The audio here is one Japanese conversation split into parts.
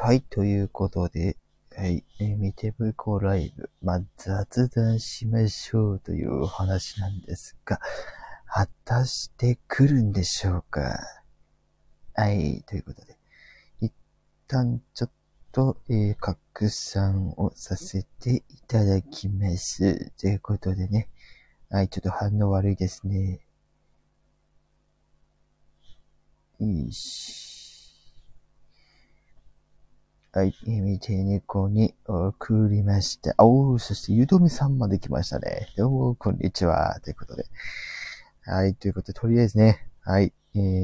はい、ということで、はい、見て向こうライブ、雑談しましょうというお話なんですが、果たして来るんでしょうか。はい、ということで、一旦ちょっと、拡散をさせていただきます。ということでね、はい、ちょっと反応悪いですね。よし。はい、見て猫に送りました。そしてゆとみさんまで来ましたね。どうも、こんにちは。ということで。はい、ということで、とりあえずね、はい、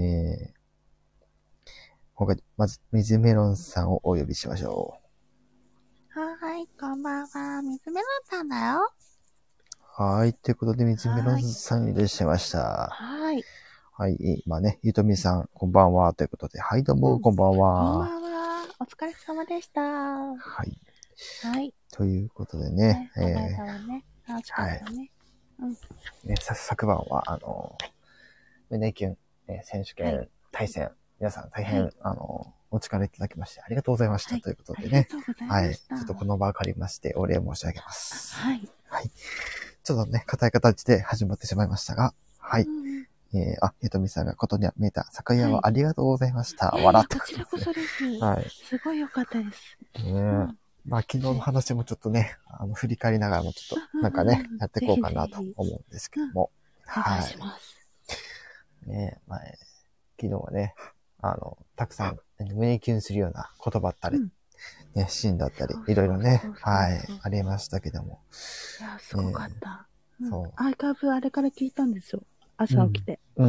今回、まず、水メロンさんをお呼びしましょはい、こんばんは。水メロンさんだよ。 う。はい、ということで、水メロンさんいらっしゃいました。 はい。 はい、ゆとみさん、こんばんは。ということで、はい、どうも、こんばんは。 こんばんは。お疲れ様でした。はい。 い。 ということでね、 この間はね、楽しかったね。 ね、昨晩は、胸キュン、選手権、対戦、皆さん大変、お力いただきましてありがとうございました。ということでね。 ありがとうございました。 ちょっとこの場を借りましてお礼申し上げます。 はい。 ちょっとね、硬い形で始まってしまいましたが、はい。ゆとみさんがことには見えた昨夜はありがとうございました。笑ってこちらこそです。 はい。 すごい良かったです。 昨日の話もちょっとね、振り返りながらもちょっと、なんかね、やっていこうかなと思うんですけども。 お願いします。 ね、昨日はね、たくさん胸キュンするような言葉だったり、ね、シーンだったり、いろいろね、はい、ありましたけども。 いや、すごかった。 そう。 アーカイブあれから聞いたんですよ。朝起きて。う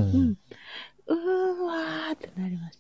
わーってなりました。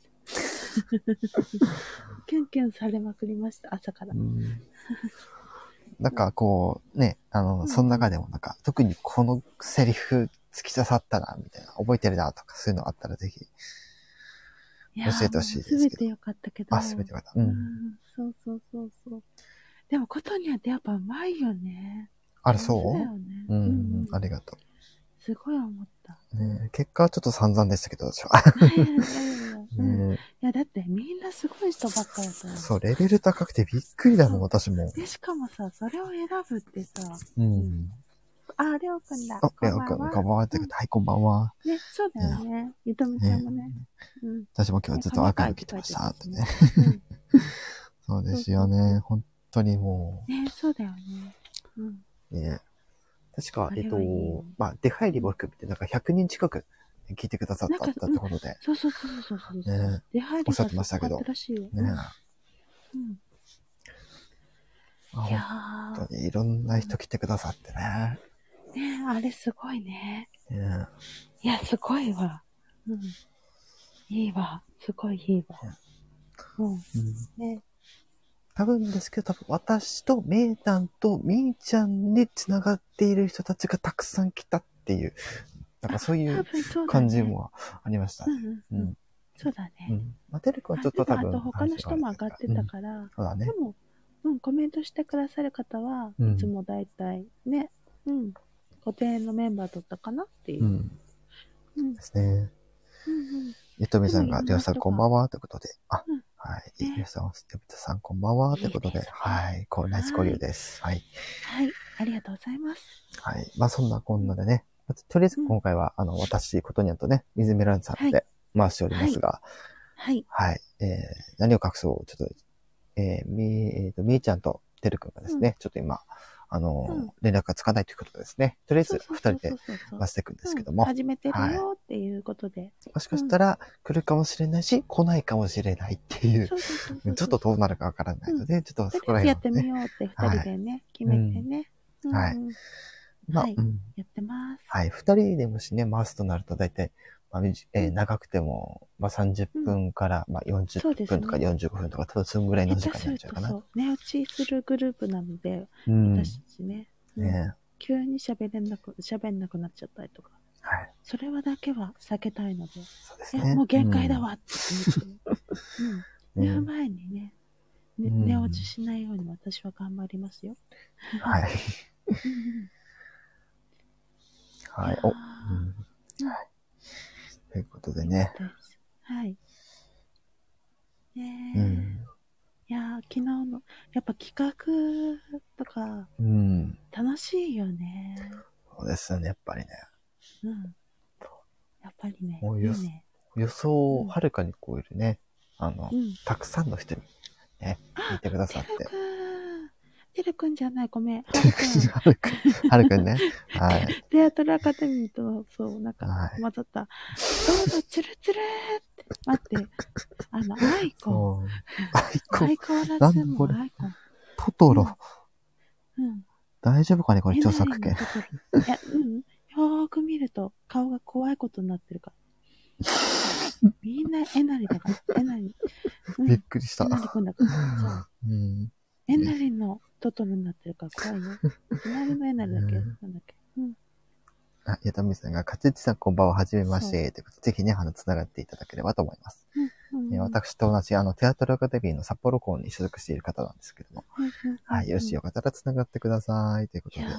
キュンキュンされまくりました、朝から。 なんかこう、ね、その中でもなんか、特にこのセリフ突き刺さったな、みたいな、覚えてるな、とか、そういうのあったらぜひ、教えてほしいですけど。 すべてよかったけど。 すべてよかった。 そう。でも、ことにはってやっぱうまいよね。 そうだよね。 ありがとう。 すごい思った。 結果はちょっと散々でしたけど、私は。いや、だってみんなすごい人ばっかりだったよ。 そう、レベル高くてびっくりだもん、私も。 で、しかもさ、それを選ぶってさ。りょうくんだ。 りょうくん、こんばんは。はい、こんばんは。 ね、そうだよね。ゆとみちゃんもね。 私も今日ずっと赤い着てました。ってね。そうですよね。本当にもう。ね、そうだよね。 ね。確か、出入りも含めて、なんか100人近く聞いてくださったってことで。 そう。 ね、 出入りおっしゃってましたけど。ね。本当にいろんな人来てくださってね。 ね、あれすごいね。いや、すごいわ。いいわ。すごいいいわ。ね。 多分ですけど、私とメイタンとミーちゃんで繋がっている人たちがたくさん来たっていう、なんかそういう感じもありましたね。 そうだね。 テル君はちょっと多分。 あと他の人も上がってたから、 そうだね。 でも、コメントしてくださる方はいつもだいたいね、固定のメンバーだったかなっていう。 ですね。ゆとみさんが、りょうさんこんばんはということで、はい。りょうさん、ゆとさんこんばんはということで、はい。ナイス交流です。はい。 はい。ありがとうございます。 はい。そんなこんなでね、とりあえず今回は、私、ことにゃんとね、水メランさんで回しておりますが、はい。何を隠そう、ちょっと、みーちゃんとてるくんがですね、ちょっと今、連絡がつかないということですね。とりあえず、二人で回していくんですけども。 始めてるよっていうことで。 もしかしたら、来るかもしれないし、来ないかもしれないっていう、ちょっとどうなるかわからないので、ちょっとそこら辺やってみようって二人でね、決めてね。 はい。 やってます。 はい。二人でもしね、回すとなると、だいたい、長くても、30分から40分とか45分とか、多分そのぐらいの時間になっちゃうかな。 そう。寝落ちするグループなので、私たちね。急に喋んなくなっちゃったりとか。はい。それはだけは避けたいので。そうですね。もう限界だわって言って。寝る前にね、寝落ちしないように私は頑張りますよ。はい。 はい。ということでね。 はい。いや昨日の、やっぱ企画とか、楽しいよね。 そうですよね、やっぱりね。 やっぱりね、 もういいね。 予想をはるかに超えるね、たくさんの人にね、聞いてくださって。 てるくんじゃない、ごめん。はるくん。 はるくんね。はい。 テアトルアカデミーと、そう、なんか、混ざった。どうぞ、チュルチュルーって。待って。アイコン。相変わらずもアイコン。 トトロ。大丈夫かね、これ著作権。いや、よーく見ると、顔が怖いことになってるから。みんなえなりだから。えなり。 びっくりした。 えなりくんだから。そう。えなりのトトロになってるから怖いよ。えなりのえなりだけ。なんだっけ。 やたみさんが、かつちさんこんばんは、はじめまして。ということで、ぜひね、つながっていただければと思います。私と同じ、テアトルアカデミーの札幌校に所属している方なんですけども。はい、よしよかったらつながってください。ということで。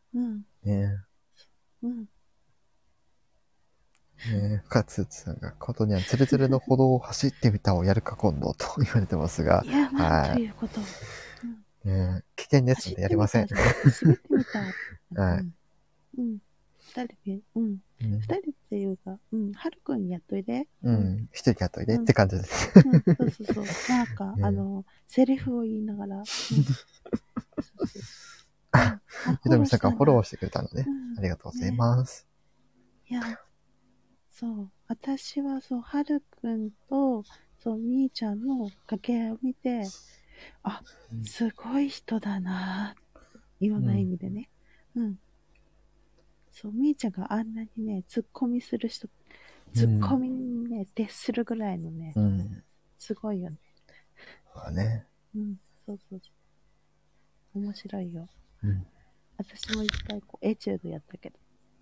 かつちさんが、ことにはツルツルの歩道を走ってみたをやるか今度と言われてますが。 いや、なんということ。 危険ですのでやりません。 滑ってみた。はい。二人で、二人っていうか、はるくんやっといで。 一人やっといでって感じです。 そう。なんか、セリフを言いながら。 ひとみさんがフォローしてくれたので、ありがとうございます。 いや、そう。私は、そう、はるくんと、そう、みーちゃんの掛け合いを見て、あ、すごい人だなぁ。いろんな意味でね。そう、みーちゃんがあんなにね、ツッコミする人、ツッコミにね、徹するぐらいのね、すごいよね。 そうだね。 そう。面白いよ。私もいっぱいエチュードやったけど。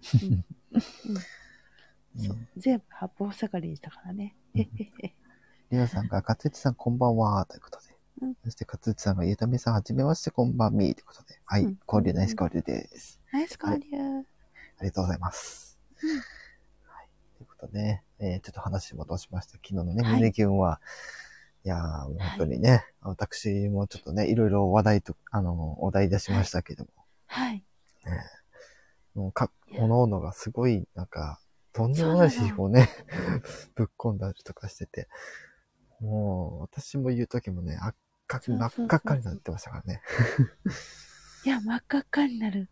そう、全部八方下がりにしたからね。 りおさんが、かつちさんこんばんは、ということで。そして、かつちさんが、ゆうたみさんはじめまして、こんばんみー、ということで。はい、交流、ナイス交流です。 ナイス交流。 ありがとうございます。はい。ということでね、ちょっと話戻しました。昨日のね、胸キュンは、いやー、本当にね、私もちょっとね、いろいろ話題と、お題出しましたけども。 はい。 もうおのおのがすごい、なんか、とんでもない日をね、ぶっ込んだりとかしてて、もう、私も言うときもね、真っ赤っかになってましたからね。 いや、真っ赤っかになる。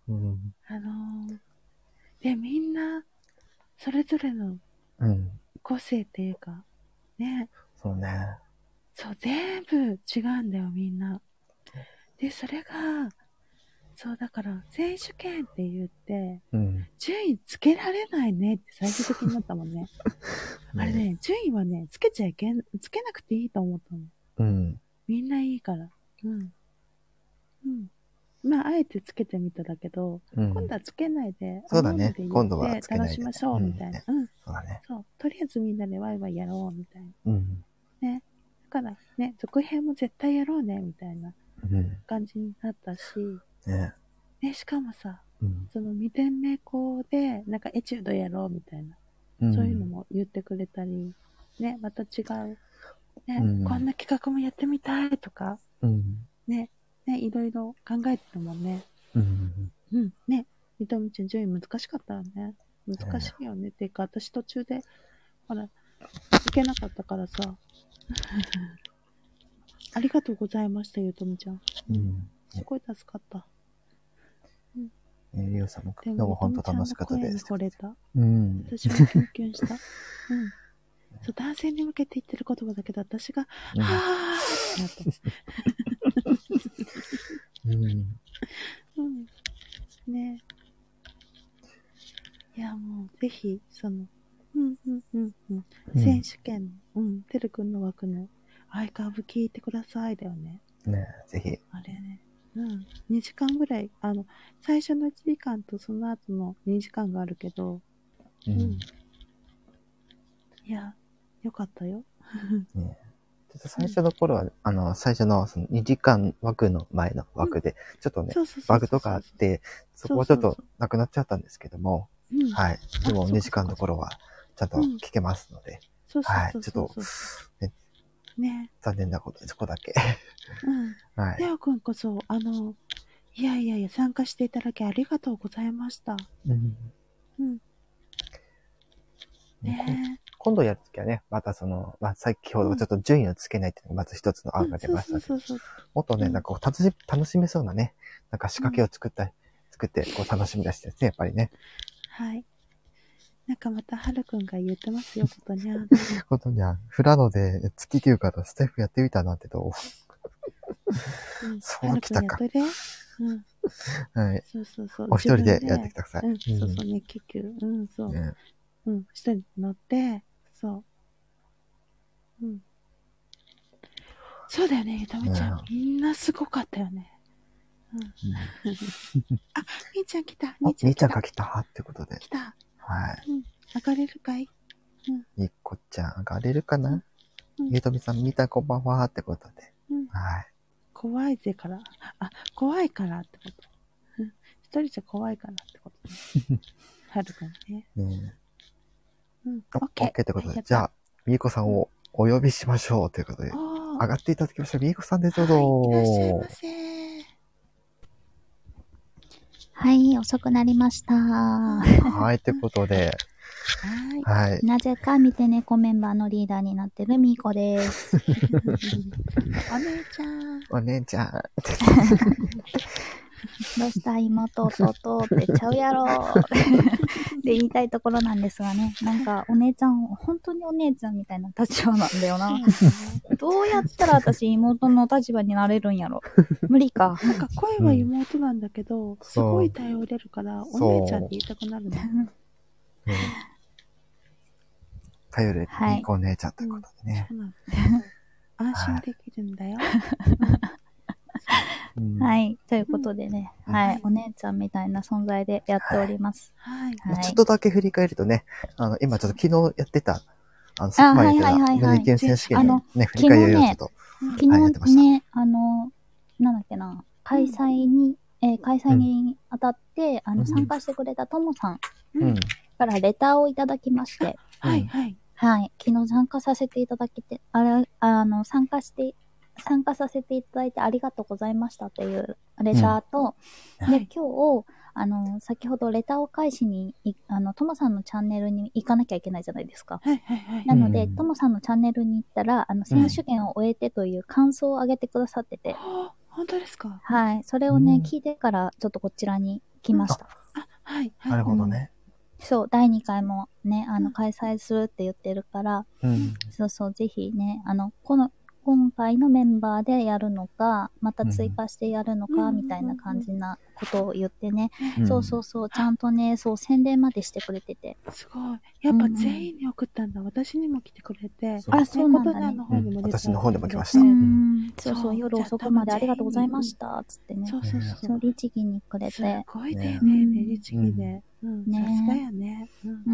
で、みんな、それぞれの個性っていうか、ね。 そうね。 そう、全部違うんだよ、みんな。で、それが、そうだから、選手権って言って、順位つけられないねって最終的になったもんね。あれね、順位はね、つけなくていいと思ったの。みんないいから。まあ、あえてつけてみただけど、今度はつけないで、 そうだね。今度は楽しましょう、みたいな。 そうだね。 そう。とりあえずみんなでワイワイやろう、みたいな。ね。だからね、続編も絶対やろうね、みたいな感じになったし、ね、しかもさ、その2点目校で、なんかエチュードやろう、みたいな。そういうのも言ってくれたり、ね、また違う。ね、こんな企画もやってみたいとか、ね、いろいろ考えてたもんね。ね、みとみちゃん順位難しかったよね。難しいよね。っていうか、私途中で、ほら、いけなかったからさ。ありがとうございました、ゆとみちゃん。すごい助かった。 りおさんも、どうも本当楽しかったです。 惚れた。私もキュンキュンした。そう、男性に向けて言ってる言葉だけど、私が、はぁーってなった。ね。いや、もう、ぜひ、選手権、てるくんの枠の、アイカーブ聞いてくださいだよね。 ね、ぜひ。 あれね。2時間ぐらい、最初の1時間とその後の2時間があるけど、いや、よかったよ。 ちょっと最初の頃は、最初のその2時間枠の前の枠で、ちょっとね、バグとかあって、そこはちょっとなくなっちゃったんですけども、はい。でも2時間の頃はちゃんと聞けますので、はい。ちょっと、ね、 ね。 残念なことで、そこだけ。 うん。はい。レオくんこそ、いやいやいや、参加していただきありがとうございました。うん。うん。 ね、今度やるときはね、また先ほどちょっと順位をつけないっていうのがまず一つの案が出ましたけど、もっとね、なんか楽しめそうなね、なんか仕掛けを作って、楽しみ出してですね、やっぱりね。 はい。なんかまた、はるくんが言ってますよ、ことにゃん。 ことにゃん。フラノで月9からスタッフやってみたなんてどうそうきたか。うん。はい。そうそうそう。お一人でやってきたくさい。 そうそうね、結局。そう。うん、一人乗って、そう。うん。そうだよね、ゆたみちゃん。みんなすごかったよね。うん。あ、みーちゃん来た。 みーちゃんが来たってことで。 来た。 はい。 上がれるかい？ にっこちゃん、上がれるかな？ゆとみさん、みーたんこんばんはってことで。はい。 怖いぜから。怖いからってこと。一人じゃ怖いからってことね。はるくんね。ねえ。オッケーってことで。じゃあ、みーこさんをお呼びしましょうということで。上がっていただきました。みーこさんです。どうぞ。 いらっしゃいませ。 はい、遅くなりました。 はい、ということで。 はい。なぜか見て猫メンバーのリーダーになってるみーこです。 お姉ちゃん。 お姉ちゃん。 どうした妹弟ってちゃうやろって言いたいところなんですがね。なんかお姉ちゃん、本当にお姉ちゃんみたいな立場なんだよな。どうやったら私妹の立場になれるんやろ。無理か。 なんか声は妹なんだけど、すごい頼れるから、お姉ちゃんって言いたくなるね。 頼れるいいお姉ちゃんということでね。 そうなんですよ。安心できるんだよ。 はい。ということでね、はい。お姉ちゃんみたいな存在でやっております。 はい。 ちょっとだけ振り返るとね、今ちょっと昨日やってた、さっきまでやってた、胸キュン選手権のね、振り返りをちょっと、 昨日ね、なんだっけな、開催にあたって、参加してくれたともさんからレターをいただきまして、 はいはい。 はい。昨日参加させていただきて、参加させていただいてありがとうございましたっていうレターと、で、今日、先ほどレターを返しに、ともさんのチャンネルに行かなきゃいけないじゃないですか。 はいはいはい。 なので、ともさんのチャンネルに行ったら、選手権を終えてという感想を上げてくださってて。 本当ですか？ はい。それをね、聞いてから、ちょっとこちらに来ました。 はい。 なるほどね。 そう、第2回もね、開催するって言ってるから、そうそう、ぜひね、今回のメンバーでやるのか、また追加してやるのか、みたいな感じなことを言ってね、そうそうそう、ちゃんとね、そう、宣伝までしてくれてて。 すごい。やっぱ全員に送ったんだ。私にも来てくれて。 そうなんだね。 私の方でも来ました。 そうそう、夜遅くまでありがとうございました、つってね。 そうそうそう。律儀にくれて。すごい丁寧で、律儀で。さすがやね。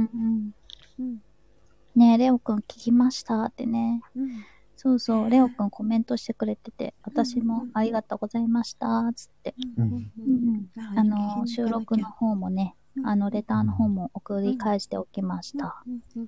ねえ、レオくん聞きましたってね。そうそう、レオくんコメントしてくれてて、私もありがとうございました、つって。収録の方もね、レターの方も送り返しておきました。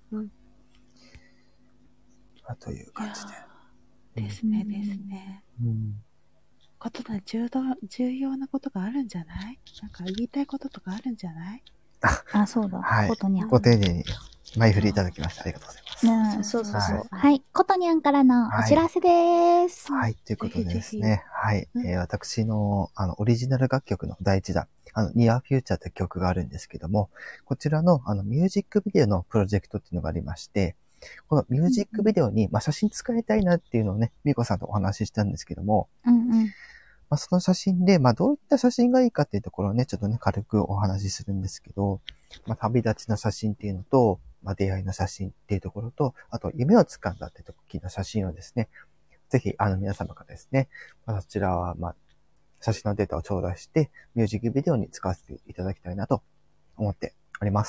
という感じで。ですね、ですね。ことだ、重要なことがあるんじゃない？なんか言いたいこととかあるんじゃない？ そうだ。 はい。ご丁寧に前振りいただきましてありがとうございます。 そうそうそう。はい。ことにゃんからのお知らせです。 はい。ということでですね。はい。私の、オリジナル楽曲の第一弾、Near Future という曲があるんですけども、こちらの、ミュージックビデオのプロジェクトっていうのがありまして、このミュージックビデオに、写真使いたいなっていうのをね、みーこさんとお話ししたんですけども、その写真で、どういった写真がいいかっていうところをね、ちょっとね、軽くお話しするんですけど、旅立ちの写真っていうのと、出会いの写真っていうところと、あと、夢をつかんだって時の写真をですね、ぜひ、皆様からですね、そちらは、写真のデータを頂戴して、ミュージックビデオに使わせていただきたいなと思っております。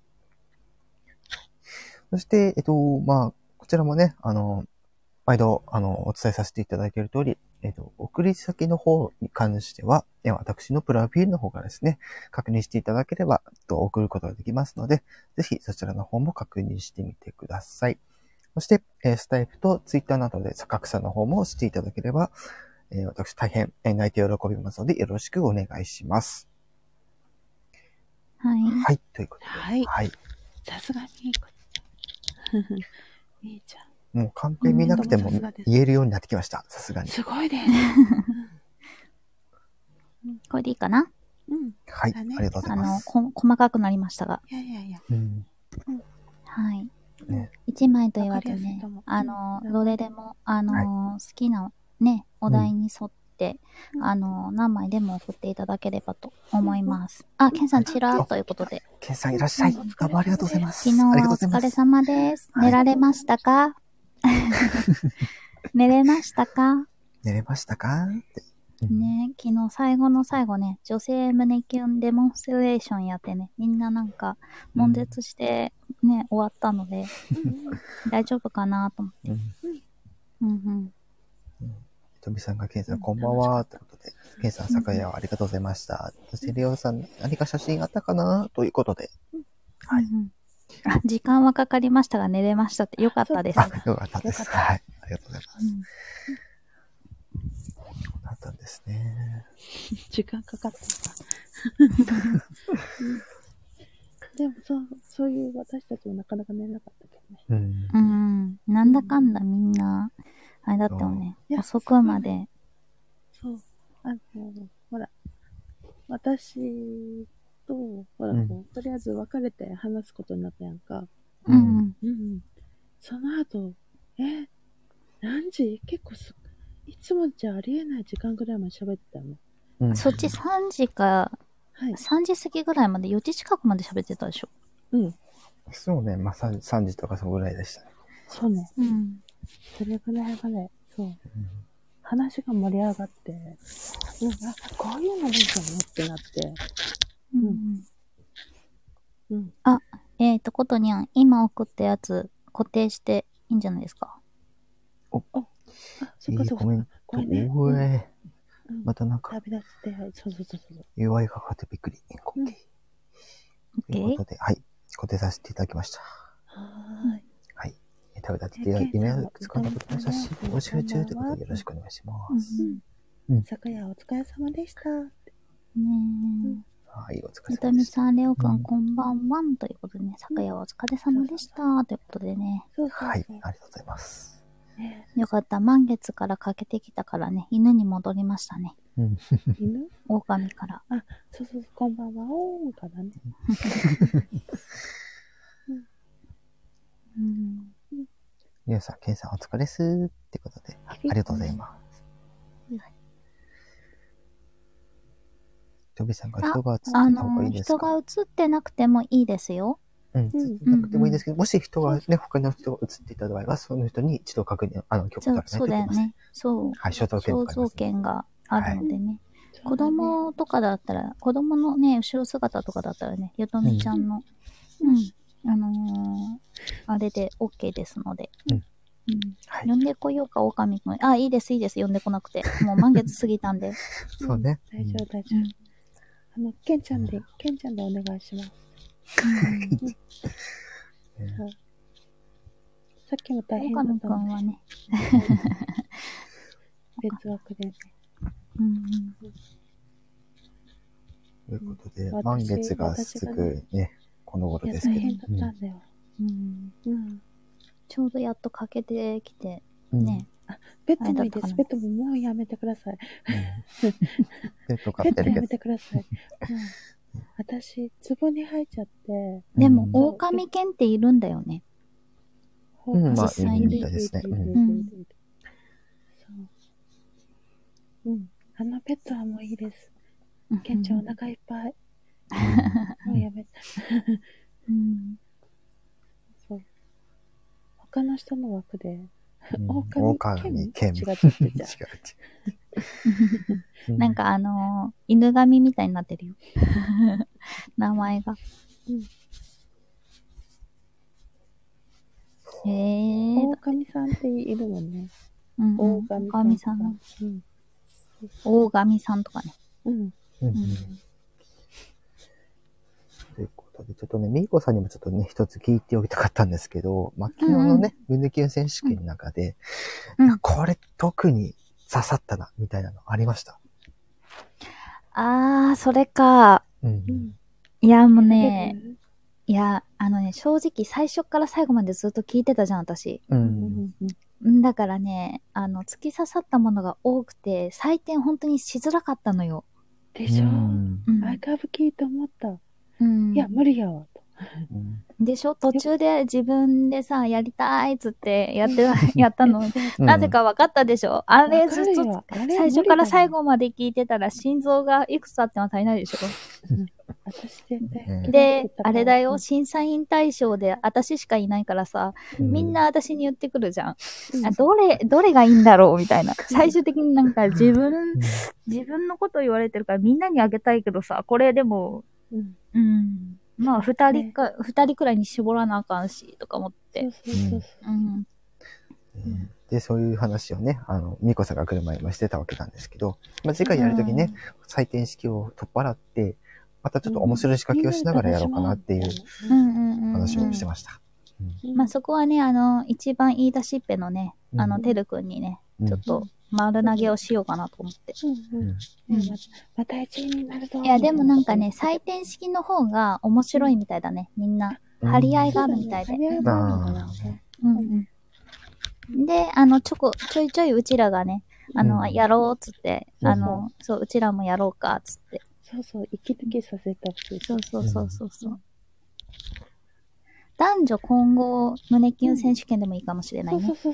そして、こちらもね、毎度、お伝えさせていただいている通り、送り先の方に関しては、私のプロフィールの方からですね、確認していただければ、送ることができますので、ぜひそちらの方も確認してみてください。 そして、スタイプとツイッターなどで拡散の方もしていただければ、私大変、泣いて喜びますのでよろしくお願いします。 はい。 はい、ということで。 はい。はい。さすがにいい子いいじゃん。もうカンペ見なくても言えるようになってきました。さすがに。 すごいです。 これでいいかな？ うん。 はい、ありがとうございます。 細かくなりましたが。 いやいやいや。 はい。1枚と言わずね、どれでも、好きなね、お題に沿って、何枚でも送っていただければと思います。あ、ケンさんちらーということで。 ケンさんいらっしゃい。どうもありがとうございます。 昨日はお疲れ様です。寝られましたか？寝れましたか？ 寝れましたか？ ね、昨日最後の最後ね、女性胸キュンデモンストレーションやってね、みんななんか、悶絶してね、終わったので、大丈夫かなと思って。 ひとみさんがケンさんこんばんは、ということで、ケンさん昨夜はありがとうございました。そしてレオさん、何か写真あったかなということで。はい。 時間はかかりましたが寝れましたってよかったです。 よかったです。はい。ありがとうございます。だったんですね。 時間かかった。でもそういう私たちもなかなか寝れなかったけどね。なんだかんだみんな、あれだったよね。遅くまで。 そう。ほら、私と、ほら、とりあえず別れて話すことになったやんか。その後、何時？結構いつもじゃありえない時間ぐらいまで喋ってたの。そっち3時か、3時過ぎぐらいまで、4時近くまで喋ってたでしょ。 そうね、まあ3時とかそのぐらいでしたね。 そうね。それぐらいまで、そう。話が盛り上がって、こういうのいいじゃんってなって。 あ、ことにゃん、今送ったやつ固定していいんじゃないですか。 そっかそっか。 これね。またなんか。 旅立って、そう。 UI がかかってびっくり。ということで、はい。固定させていただきました。はい。旅立って夢をつかんだことの写真、募集中ということでよろしくお願いします。 昨夜お疲れ様でした。 ねはい、お疲れ様でした。 ひとみさん、レオくん、こんばんは。ということでね、昨夜はお疲れ様でした。ということでね。 はい、ありがとうございます。 よかった。満月からかけてきたからね、犬に戻りましたね。 犬？ 狼から。 そう、こんばんは、おーからね。 皆さん、ケンさんお疲れっすってことで、ありがとうございます。トビさんが人が映った方がいいですか？ 人が映ってなくてもいいですよ。 映ってなくてもいいですけど、もし人がね、他の人が映っていた場合は、その人に一度確認、許可取らないといけません。 そうだよね。そう。 はい、肖像権があるのでね。子供とかだったら、子供のね、後ろ姿とかだったらね、よとみちゃんの、あれで OK ですので。呼んでこようか、狼くん。いいです、呼んでこなくて。もう満月過ぎたんで。 そうね。 大丈夫。ケンちゃんでお願いします。さっきも大変だったので。狼くんはね。 別枠でね。 ということで、満月が続くね、この頃ですけど。 大変だったんだよ。 ちょうどやっとかけてきて、ね。 ベッドもいいです。ベッドももうやめてください。 ベッドやめてください。私、壺に入っちゃって。 でも、狼犬っているんだよね。 実際に。ですね。 ベッドはもういいです。ケンちゃんお腹いっぱい。もうやめて。そう。他の人の枠で、 狼犬。 違っちゃってじゃん。なんか犬神みたいになってるよ。名前が。 狼さんっているもんね。 狼さん。大神さんとかね。 というこことで、ちょっとね、みーこさんにもちょっとね、一つ聞いておきたかったんですけど、まあ、昨日のね、胸キュン選手権の中で、これ特に刺さったな、みたいなのありました？ それか。いや、もうね、いや、正直最初から最後までずっと聞いてたじゃん、私。だからね、突き刺さったものが多くて、採点本当にしづらかったのよ。 でしょ？アーカイブ聞いて思った。いや、無理やわ。 でしょ？途中で自分でさ、やりたいっつってやったの。なぜか分かったでしょ？あれずっと最初から最後まで聞いてたら心臓がいくつあっても足りないでしょ？で、あれだよ、審査員対象で私しかいないからさ、みんな私に言ってくるじゃん。どれがいいんだろうみたいな。最終的になんか自分のこと言われてるからみんなにあげたいけどさ、これでも、まあ二人くらいに絞らなあかんし、とか思って。 で、そういう話をね、みこさんが来る前もしてたわけなんですけど、まあ、次回やるときね、採点式を取っ払って、またちょっと面白い仕掛けをしながらやろうかなっていう話をしてました。 まあそこはね、一番言い出しっぺのね、てるくんにね、ちょっと丸投げをしようかなと思って。 また1位になるぞ。 いや、でもなんかね、採点式の方が面白いみたいだね、みんな。張り合いがあるみたいで。で、ちょいちょいうちらがね、やろうっつって、そう、うちらもやろうかっつって。 そう、息抜きさせたって。 そう。男女混合胸キュン選手権でもいいかもしれないね。そう。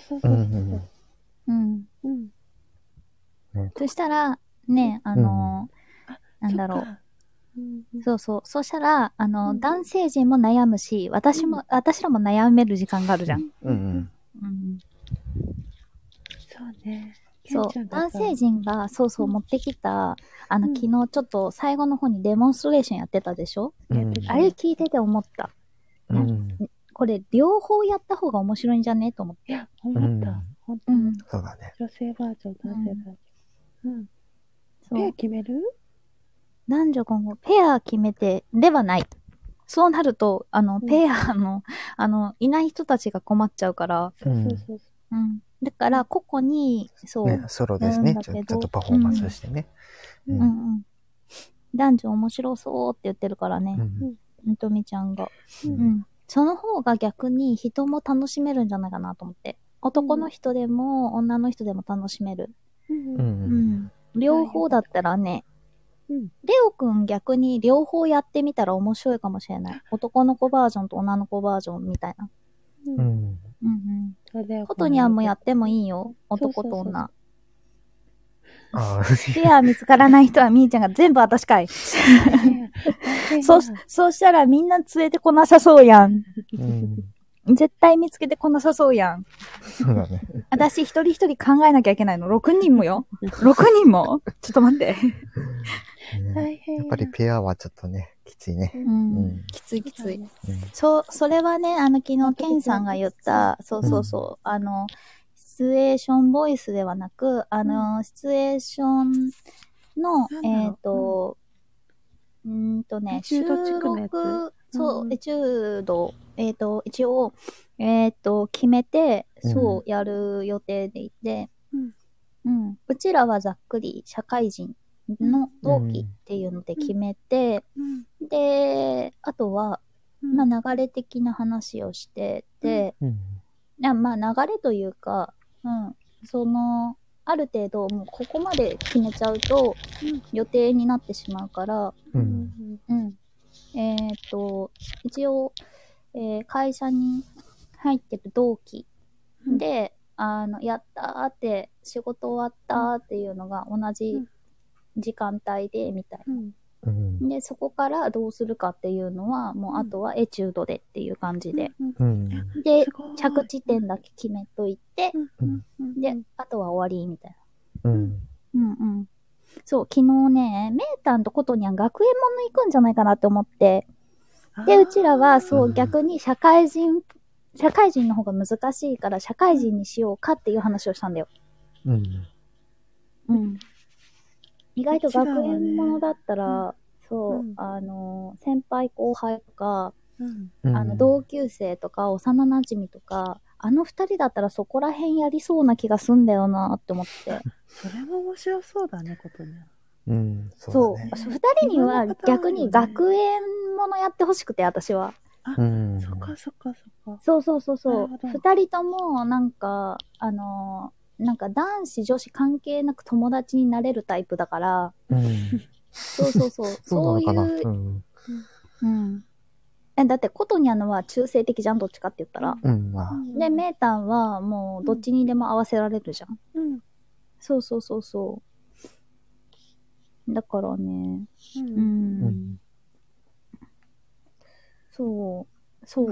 そしたら、ね、なんだろう。そう。そしたら、男性陣も悩むし、私らも悩める時間があるじゃん。 そうね。 そう、男性陣が、持ってきた、昨日ちょっと最後の方にデモンストレーションやってたでしょ？あれ聞いてて思った。これ、両方やった方が面白いんじゃねと思って。 いや、思った。 そうだね。 女性バージョン、男性バージョン。ペア決める？ 男女混合、ペア決めてではない。そうなると、ペアの、いない人たちが困っちゃうから。だから、個々に、 そう。ソロですね。ちょっとパフォーマンスしてね。 男女面白そうって言ってるからね。とみちゃんが。その方が逆に人も楽しめるんじゃないかなと思って。男の人でも女の人でも楽しめる。両方だったらね、レオくん逆に両方やってみたら面白いかもしれない。男の子バージョンと女の子バージョンみたいな。ことにゃんもやってもいいよ。男と女。ペア見つからない人はみーちゃんが全部私かい。そうしたらみんな連れてこなさそうやん。絶対見つけてこなさそうやん。 そうだね。 私一人一人考えなきゃいけないの。6人もよ。6人もちょっと待って。 やっぱりペアはちょっとね、きついね。 きつい。それはね、昨日ケンさんが言った、シチュエーションボイスではなく、シチュエーションの、収録、エチュード、一応、決めて、やる予定でいて、うちらはざっくり社会人の同期っていうので決めて、で、あとは、まあ流れ的な話をしてて、まあ流れというか、ある程度もうここまで決めちゃうと予定になってしまうから、一応、会社に入ってる同期で、やったーって、仕事終わったーっていうのが同じ時間帯で、みたいな。で、そこからどうするかっていうのは、もうあとはエチュードでっていう感じで。で、着地点だけ決めといて、で、あとは終わり、みたいな。そう、昨日ね、メータンとコトニャン学園もの行くんじゃないかなって思って。で、うちらは、逆に社会人の方が難しいから、社会人にしようかっていう話をしたんだよ。意外と学園ものだったら、 そう、先輩後輩とか、同級生とか幼馴染とか、2人だったらそこら辺やりそうな気がすんだよなって思って。 それも面白そうだね、ことに。 そう、2人には逆に学園ものやってほしくて、私は。 そっかそっかそっか。 そう。2人とも、なんか男子女子関係なく友達になれるタイプだから、そう。そういう、だって、コトニャンは中性的じゃん、どっちかって言ったら。で、メータンはもう、どっちにでも合わせられるじゃん。そう。だからね、そう、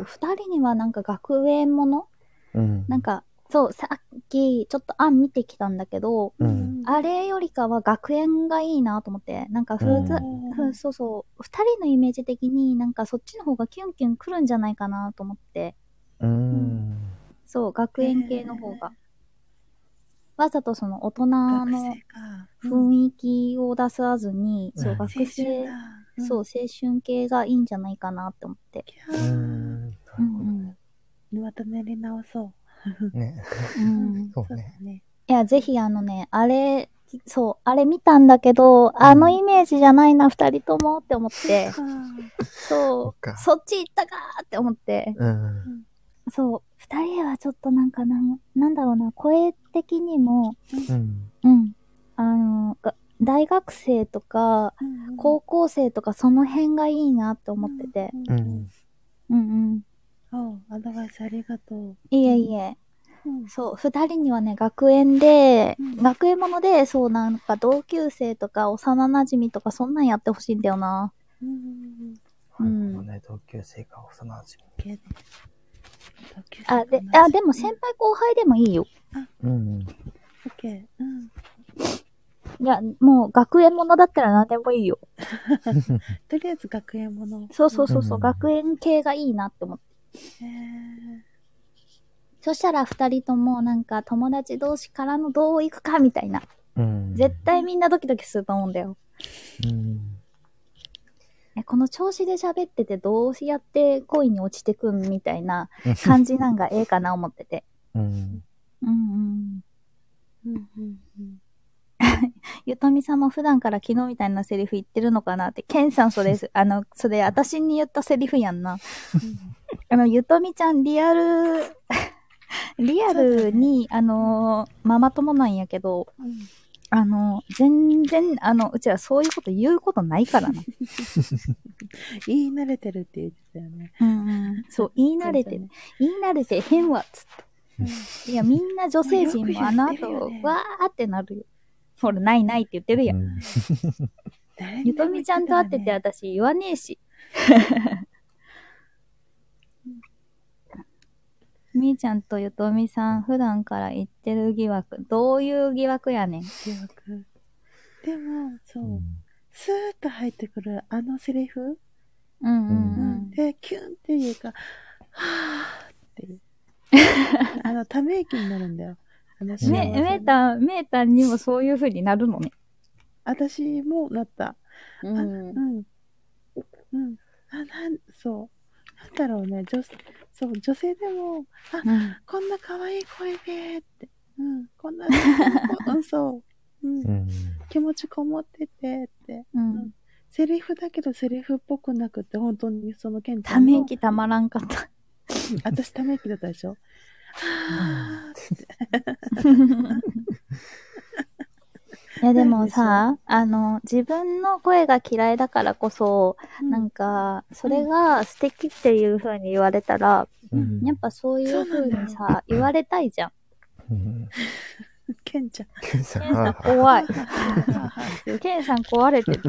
二人にはなんか学園もの、なんか、そう、さっきちょっと見てきたんだけど、あれよりかは学園がいいなと思って、なんか二人のイメージ的になんかそっちの方がキュンキュン来るんじゃないかなと思って、そう、学園系の方が。わざとその大人の雰囲気を出さずに、そう、学生、そう、青春系がいいんじゃないかなって思って。 また練り直そう。 ね。そうね。 いや、ぜひあれ見たんだけど、イメージじゃないな、二人ともって思って。そう、そっち行ったかーって思って。そう、二人はちょっとなんだろうな、声的にも、大学生とか、高校生とかその辺がいいなって思ってて。 アドバイスありがとう。 いえ。そう、二人にはね、学園もので、そう、なんか同級生とか幼馴染とかそんなんやってほしいんだよな。 同級生か幼馴染。 でも先輩後輩でもいいよ。いや、もう学園ものだったら何でもいいよ。 とりあえず学園もの。 そう、学園系がいいなって思って。そしたら二人ともなんか友達同士からのどういくかみたいな。絶対みんなドキドキすると思うんだよ。この調子で喋っててどうやって恋に落ちてくんみたいな感じなんがええかな思ってて。ゆとみさんも普段から昨日みたいなセリフ言ってるのかなって。ケンさんそれ私に言ったセリフやんな。ゆとみちゃんリアルに、ママ友なんやけど、全然、うちはそういうこと言うことないからな。 言い慣れてるって言ってたよね。 そう、言い慣れてへんわ、つって。いや、みんな女性陣も後、わーってなるよ。ほら、ないって言ってるやん。ゆとみちゃんと会ってて私言わねえし。みーちゃんとゆとみさん、普段から言ってる疑惑。どういう疑惑やねん。 疑惑。でも、そう。スーッと入ってくるセリフで、キュンっていうか、はぁっていう。ため息になるんだよ。 メータンにもそういう風になるのね。 私もなった。そう。なんだろうね。女性でも、こんな可愛い声でって。こんな、そう。気持ちこもっててって。セリフだけどセリフっぽくなくて、本当にそのケンちゃんの。 ため息たまらんかった。 私ため息だったでしょ。 いやでもさ、自分の声が嫌いだからこそ、なんか、それが素敵っていう風に言われたら、やっぱそういう風にさ、言われたいじゃん。 ケンちゃん。 ケンさん怖い。ケンさん壊れてる。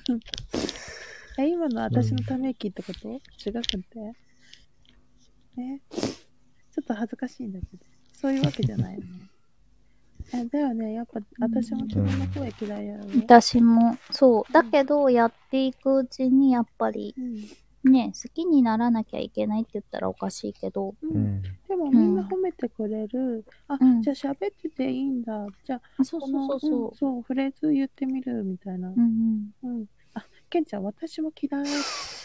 今の私のため息ってこと違くて。ちょっと恥ずかしいんだけど。そういうわけじゃないよね。だよね、やっぱ私も自分の声嫌いやろ、ね。 私も、そう。だけど、やっていくうちに、やっぱり、ね、好きにならなきゃいけないって言ったらおかしいけど。 でもみんな褒めてくれる。じゃあ喋ってていいんだ。じゃあ、 そう、 フレーズ言ってみるみたいな。 ケンちゃん、私も嫌い。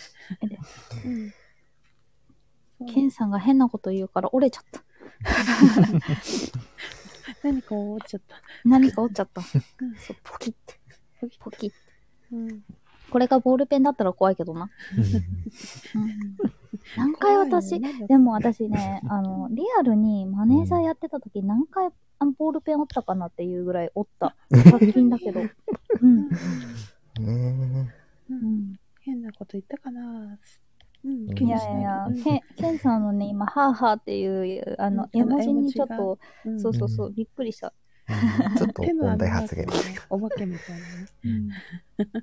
ケンさんが変なこと言うから折れちゃった。 何か折っちゃった。 何か折っちゃった。ポキッて。ポキッて。これがボールペンだったら怖いけどな。何回私、でも私ね、リアルにマネージャーやってた時何回ボールペン折ったかなっていうぐらい折った。100均だけど。 変なこと言ったかな。 いやいや、ケンさんのね、今、ハーハーっていう、絵文字にちょっと、そう、びっくりした。 ちょっと問題発言。 お化けみたいなね。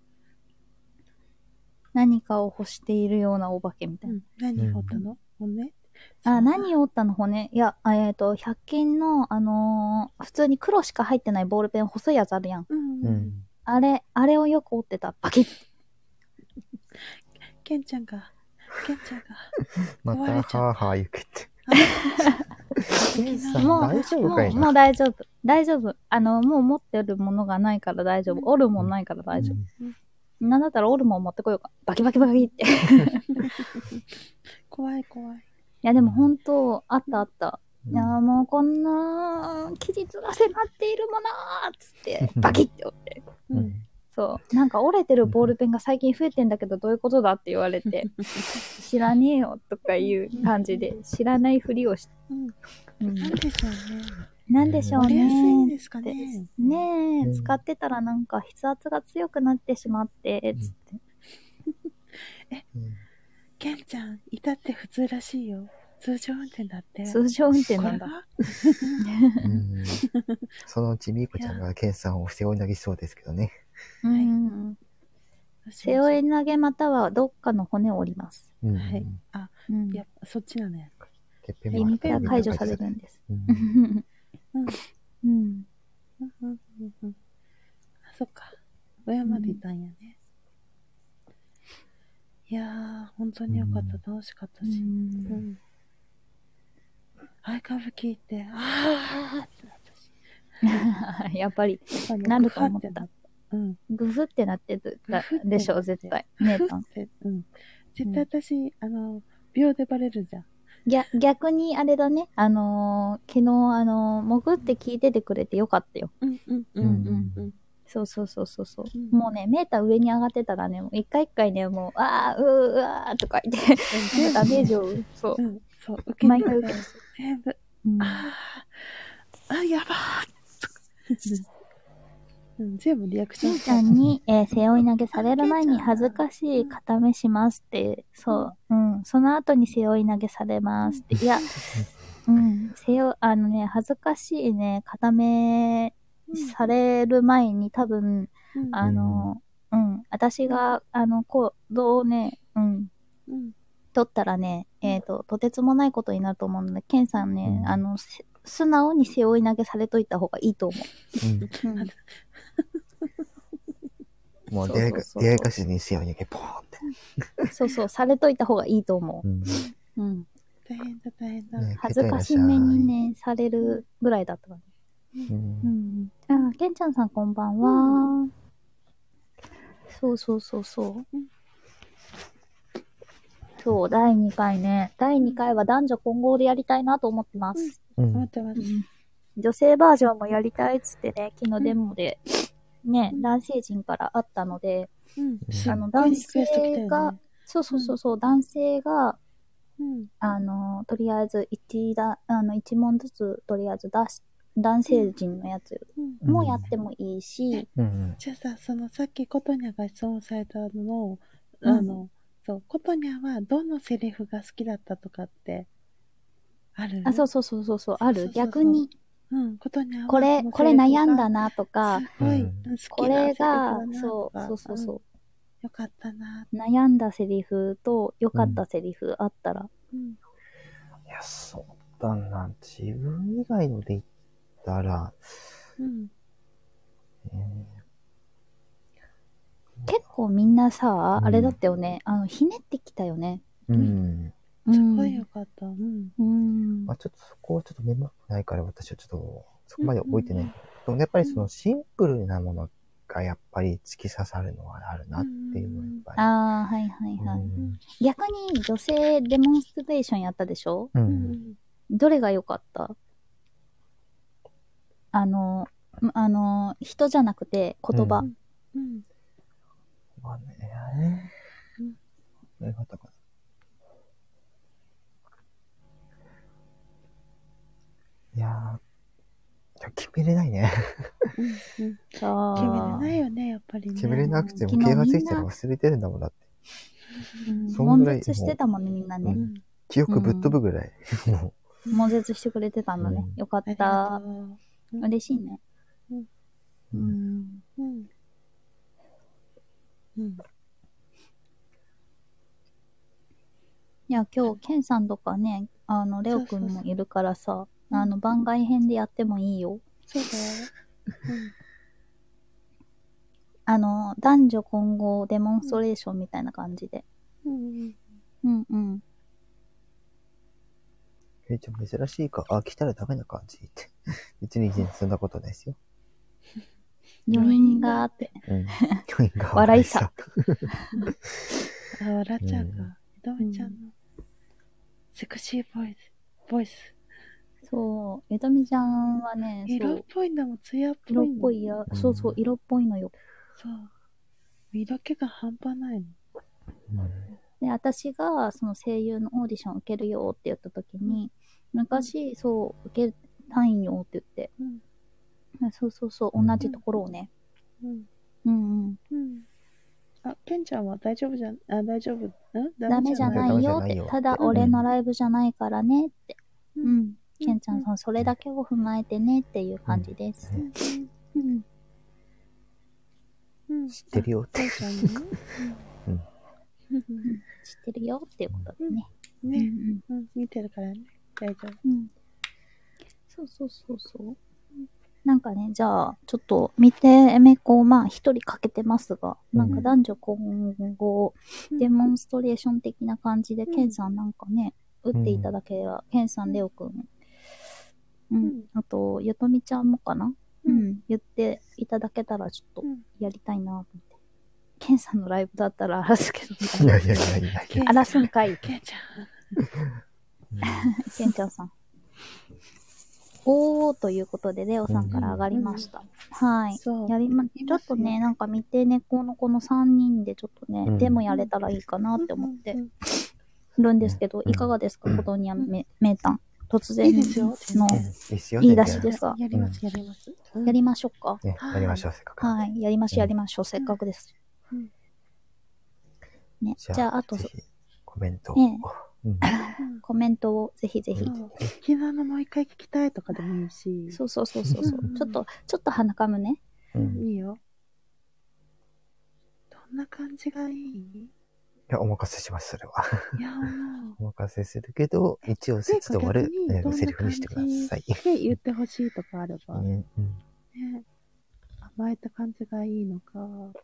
何かを欲しているようなお化けみたいな。 何を折ったの？骨？ 何を折ったの？骨？いや、100均の、普通に黒しか入ってないボールペン、細いやつあるやん。あれをよく折ってた。バキッ。 ケンちゃんがまたハーハー言って。 もう大丈夫。大丈夫。もう持ってるものがないから大丈夫。折るもんないから大丈夫。なんだったら折るもん持ってこようか。バキバキバキって。 怖い。いや、でも本当、あった。いや、もうこんな、期日が迫っているものーっつって、バキって折って。そう。なんか折れてるボールペンが最近増えてんだけどどういうことだって言われて、知らねえよとかいう感じで、知らないふりをして。 なんでしょうね。 なんでしょうね。 折れやすいんですかね。 ねえ、使ってたらなんか筆圧が強くなってしまって、つって。 ケンちゃん、いたって普通らしいよ。通常運転だって。 通常運転なんだ。 そのうちミーコちゃんがケンさんを背負い投げそうですけどね。 背負い投げまたはどっかの骨を折ります。 はい。いや、そっちなのや。 リミッター解除されるんです。 そっか。上までいたんやね。いやー、本当によかった。楽しかったし。アイカブ聞いて、あーってなったし。 やっぱり、なると思った。グフってなってるでしょ、絶対。姉さん。 絶対私、秒でバレるじゃん。 逆にあれだね、昨日、潜って聞いててくれてよかったよ。そう。もうね、メーター上に上がってたらね、一回ね、もう、わーとか言って、ダメージを、そう、毎回受けて。 全部、やばー全部リアクション。 ケンちゃんに、背負い投げされる前に恥ずかしい固めしますって、その後に背負い投げされますって。いや、恥ずかしいね、固めされる前に多分、私が、行動をね、取ったらね、とてつもないことになると思うので、ケンさんね、素直に背負い投げされといた方がいいと思う。 もう出会い頭に背負い投げポーンって。 そう、されといた方がいいと思う。 大変だ。 恥ずかしめにね、されるぐらいだったからね。ケンちゃんさんこんばんは。そう。そう、第2回ね。第2回は男女混合でやりたいなと思ってます。 思ってます。 女性バージョンもやりたいっつってね、昨日デモで、ね、男性陣からあったので、男性が、男性が、とりあえず1問ずつとりあえず男性陣のやつもやってもいいし、 じゃあさっきコトニャが質問されたのを、コトニャはどのセリフが好きだったとかってある？ そうある。逆に、 コトニャはこれ悩んだなとか、 これがそう。 よかったな。 悩んだセリフと良かったセリフあったら。 いや、そうだな。自分以外ので言ったら、 結構みんなさ、あれだったよね。ひねってきたよね。 すごいよかった。 ちょっとそこはちょっとメモないから私はちょっとそこまで置いてない。やっぱりそのシンプルなものがやっぱり突き刺さるのはあるなっていうのはやっぱり。 ああ、はいはいはい。逆に女性デモンストレーションやったでしょ？どれが良かった？人じゃなくて言葉。 まあね。何があったかな。いやー、決めれないね。 決めれないよね、やっぱりね。 決めれなくても気がついたら忘れてるんだもんだって。 悶絶してたもんね、みんなね。 記憶ぶっ飛ぶぐらい。 悶絶してくれてたんだね。よかった。嬉しいね。いや、今日、ケンさんとかね、レオくんもいるからさ、番外編でやってもいいよ。 そうだよ。男女混合デモンストレーションみたいな感じで。 ちょっと珍しいか。来たらダメな感じって。別にそんなことないですよ。 余韻があって。 余韻が笑いさ。 笑っちゃうか。ひどみちゃんのセクシーボイス。 そう。ひどみちゃんはね、 色っぽいんだもん、艶っぽい。 色っぽいや。そうそう、色っぽいのよ。 そう。色気が半端ないの。 で、私がその声優のオーディション受けるよって言った時に、昔、そう、受けたいんよって言って。そうそうそう、同じところをね。 ケンちゃんは大丈夫じゃん、大丈夫ダメじゃないよって。ただ俺のライブじゃないからねって。ケンちゃんさん、それだけを踏まえてねっていう感じです。 知ってるよって。 知ってるよっていうことでね。 見てるからね。大丈夫。 そう。なんかね、じゃあ、ちょっと見てめこう、まあ一人かけてますが、なんか男女混合、デモンストレーション的な感じで、ケンさんなんかね、打っていただければ、ケンさん、レオくん、あと、ゆとみちゃんもかな、言っていただけたらちょっとやりたいなと思って。ケンさんのライブだったら荒らすけど、 いや。 荒らすんかい。 ケンちゃん。ケンちゃんさん。おーということで、レオさんから上がりました。はい。ちょっとね、なんか見て猫のこの3人でちょっとね、デモやれたらいいかなって思ってるんですけど、いかがですか、コトニアメータン。突然の言い出しですが。 やります。 やりましょうか。 やりましょう、せっかく。 はい。やりましょう、せっかくです。ね、じゃあ、あと、 コメント。 コメントをぜひぜひ。 昨日のもう一回聞きたいとかでもいいし。 そう。ちょっと鼻かむね。 いいよ。どんな感じがいい？ いや、お任せします、それは。いや、お任せするけど、一応説と終わるセリフにしてください。 で、言ってほしいとかあれば。ね。甘えた感じがいいのか。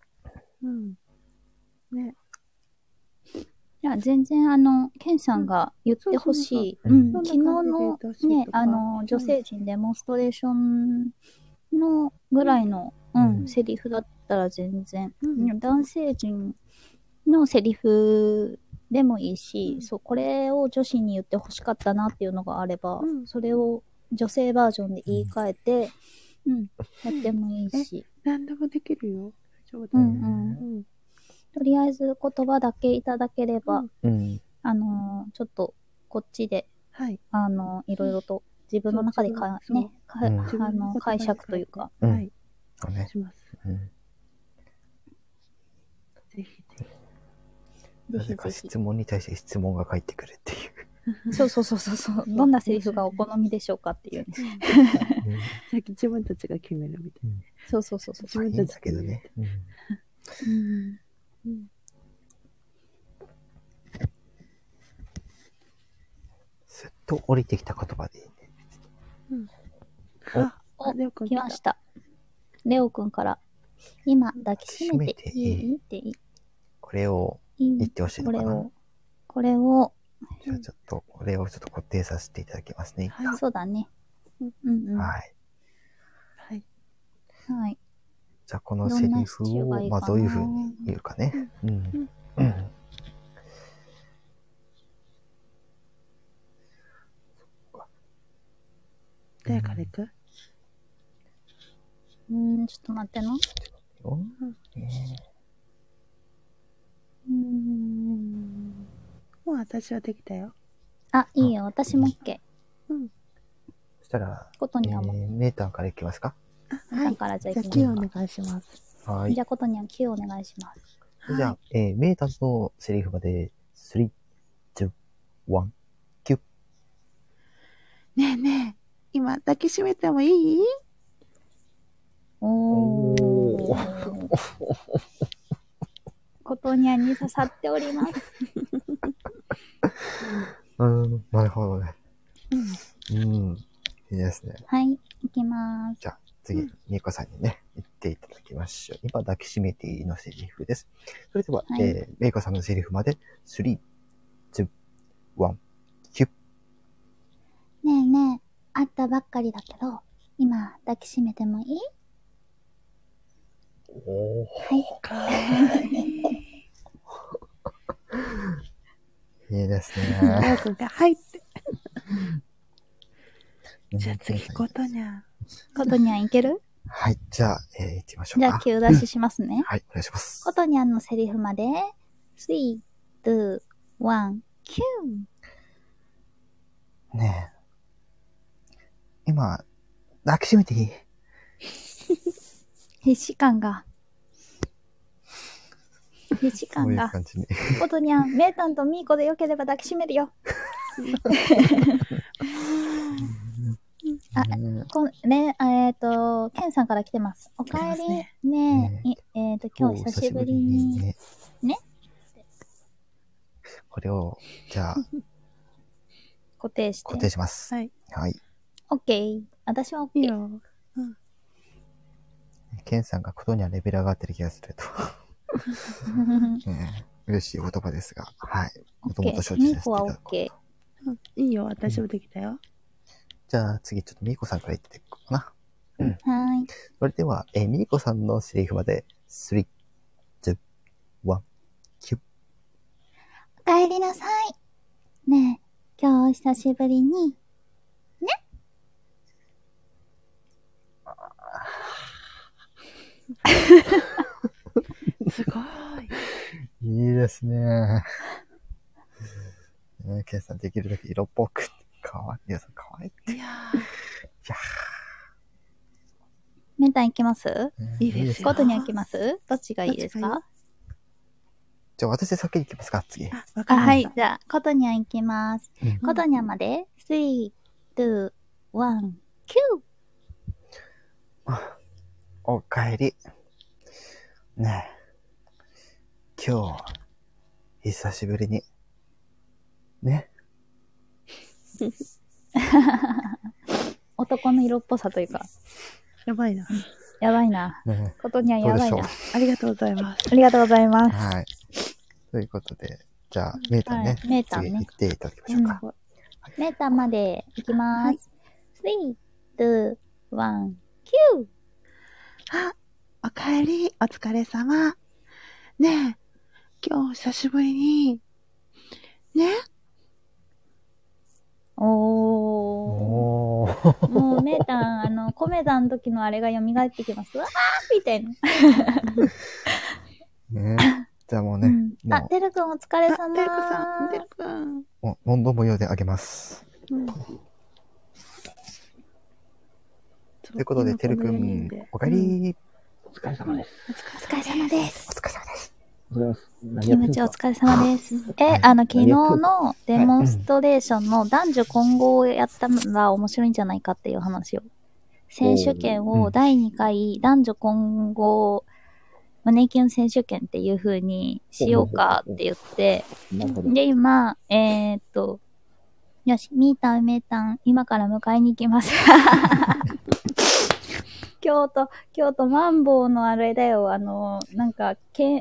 ね。 いや、全然ケンさんが言ってほしい。昨日のね、女性陣デモンストレーションのぐらいの、セリフだったら全然。男性陣のセリフでもいいし、そう、これを女子に言ってほしかったなっていうのがあれば、それを女性バージョンで言い換えて、やってもいいし。 何でもできるよ。大丈夫だよ。 とりあえず言葉だけいただければ、ちょっとこっちで、いろいろと自分の中で解釈というか、 お願いします。ぜひ。 なぜか質問に対して質問が返ってくるっていう。 そう。どんなセリフがお好みでしょうかっていうね。 さっき自分たちが決めるみたいな。 そう。 自分たちだけどね。すっと降りてきた言葉でいいね。 来ました。レオくんから、今抱きしめていいっていい。 これを言ってほしいのかな。 これを。 じゃあちょっと、これをちょっと固定させていただきますね。 そうだね。 はい。 はい。 じじゃあこのセリフを、まあどういう風に言うかね。うん。うん。 誰から行く？ ちょっと待ってな。 もう私はできたよ。 あ、いいよ。私も OK。 うん。 そしたら、 ことにゃんも。 メーターからいきますか？ メーターからじゃあ行きます。じゃあ9お願いします。 はい。 じゃあことにゃん9お願いします。 じゃあ、メーターのセリフまで、3、2、1、9。 ねえねえ、今抱きしめてもいい？ おー。ことにゃんに刺さっております。 なるほどね。いいですね。 はい、行きます。 じゃあ、次、みーこさんにね、言っていただきましょう。今、抱きしめていいのセリフです。それでは、みーこさんのセリフまで、3、2、1、9。 ねえねえ、会ったばっかりだけど、今、抱きしめてもいい？はい。 かわいい。 いいですね。 よくが入って。じゃあ次、ことにゃん。 ことにゃんいける？ はい。じゃあ、行ってみましょうか。 じゃあ、9出ししますね。 はい、お願いします。 ことにゃんのセリフまで、3、2、1、9。 ねえ。今、抱きしめていい？ 必死感が。ことにゃん、メータンとミーコでよければ抱きしめるよ。あ、ね、ケンさんから来てます。おかえり。ねえ、今日久しぶりに。ね。 これを、じゃあ、 固定して。 固定します。 はい。 はい。 オッケー。私はオッケー。いいよ。 ケンさんがことにはレベル上がってる気がすると。嬉しい言葉ですが、はい。もともと承知させていただこうと。 いいよ、私もできたよ。 じゃあ次ちょっとみーこさんから言っていこうかな。 はい。 それでは、みーこさんのセリフまで、3、2、1、9。 おかえりなさい。ねえ、今日久しぶりに、ね。 すごい。 いいですね。ケンさんできるだけ色っぽく。かわいい。かわいい。 いやメンタンいきます？ いいですよ。 ことに行きます？どっちがいいですか？ じゃあ私先に行きますか、次。 はい。じゃあ、ことにゃん行きます。ことにゃんまで、3、2、1、9。 おかえり。ねえ。今日、久しぶりに。ね。 男の色っぽさというか。 やばいな。 やばいな。ことにゃんやばいな。 ありがとうございます。 ありがとうございます。 はい。ということで、じゃあ、メーターね。 メーターね。 次行っていただきましょうか。 メーターまで行きます。3、2、1、9。 あ、おかえり、お疲れ様。ねえ、今日久しぶりに、ね。 もうメータン、コメダの時のあれが蘇ってきます。わーみたいな。 ね、じゃあもうね。 あ、てるくんお疲れ様。 てるくさん、てるくん。 問答無用であげます。ということで、てるくん、おかえり。 お疲れ様です。 お疲れ様です。 お疲れ様です。 キムチお疲れ様です。昨日のデモンストレーションの男女混合をやったら面白いんじゃないかっていう話を。選手権を第2回男女混合胸キュン選手権っていう風にしようかって言って、で、今、よし、ミータン、メータン、今から迎えに行きます。京都マンボウのあれだよ、なんか、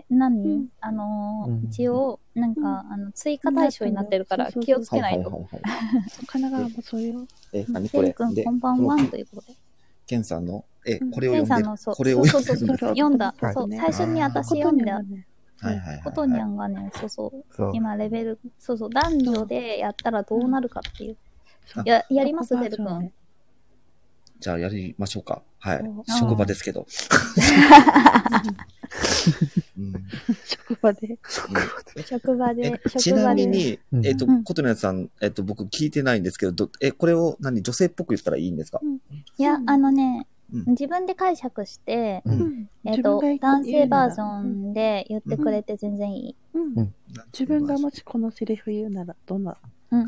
一応、なんか、追加対象になってるから気をつけないと。 神奈川もそうよ。 てるくん、こんばんは、ということで。 ケンさんの、これを読んで、これを読んでるんですか？ 読んだ。そう、最初に私読んだ。 はいはいはい。 ことにゃんがね、そう。今レベル、男女でやったらどうなるかっていう。やりますてるくん。 じゃあやりましょうか。はい。職場ですけど。 職場で。 ちなみに、ことにゃんさん、僕聞いてないんですけど、これを女性っぽく言ったらいいんですか？ いや、自分で解釈して、男性バージョンで言ってくれて全然いい。 自分がもしこのセリフ言うなら、どんな？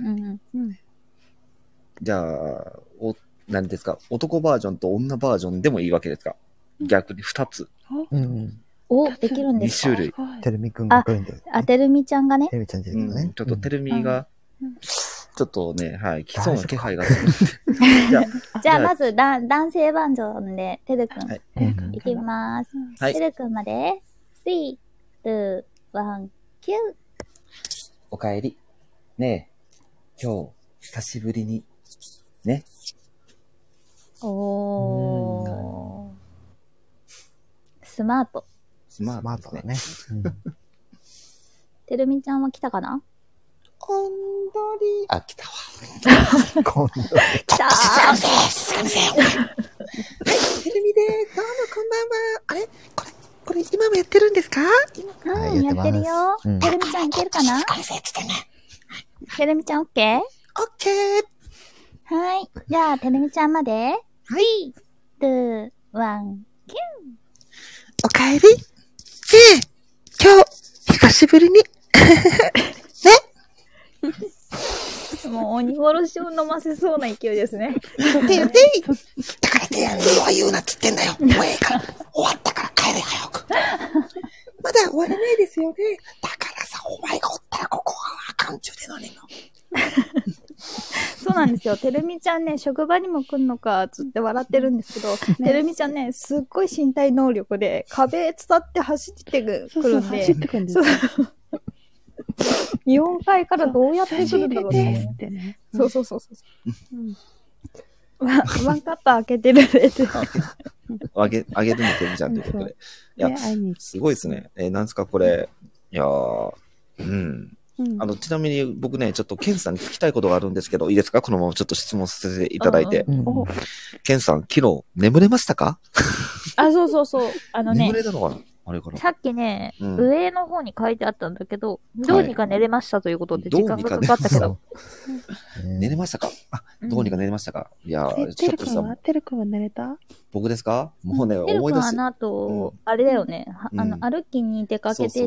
じゃあ、何ですか？男バージョンと女バージョンでもいいわけですか？逆に2つ。 できるんですか ？2種類。 てるみくんが来るんだよ。 てるみちゃんがね。 てるみちゃんですね。 ちょっとてるみが、ちょっとね、はい、来そうな気配がする。 じゃあ、まず、男性バージョンで、てるくん。いきます。てるくんまで、3、2、1、9。 おかえり。ねえ、今日、久しぶりに、ね。 スマート。 スマートだね。 てるみちゃんは来たかな？ こんどり。あ、来たわ。 こんどり。 来たー。 静かにせよ。はい、てるみでーす。どうもこんばんは。あれこれ今もやってるんですか？ やってるよ。てるみちゃんいけるかな？てるみちゃんオッケー？オッケー。 はい。じゃあ、てるみちゃんまで。はい。3、2、1、9。 おかえり。今日、久しぶりに。ね。 もう鬼殺しを飲ませそうな勢いですね。 だから手やんでは言うなっつってんだよ。もうええから。終わったから帰れ早く。まだ終わらないですよね。だからさ、お前がおったらここはあかんちゅうでのねんの。 そうなんですよ。てるみちゃんね、職場にも来んのか、つって笑ってるんですけど、てるみちゃんね、すっごい身体能力で、壁伝って走ってくるんで、走ってくるんですよ。4階からどうやってくるんだろうね。そう。ワンカット開けてるで。 あげるのてるみちゃんということで。いや、すごいですね。なんですかこれ。いやー、ちなみに僕ね、ちょっとケンさんに聞きたいことがあるんですけど、いいですか？このままちょっと質問させていただいて。ケンさん、昨日眠れましたか？ そう。 眠れたのかな？あれかな？ さっきね、上の方に書いてあったんだけど、どうにか寝れましたということで時間がかかったけど。 寝れましたか？どうにか寝れましたか？いやー、 ちょっとさ。てるくんは寝れた？ 僕ですか？もうね、 思い出す。あの後、あれだよね、歩きに出かけてって、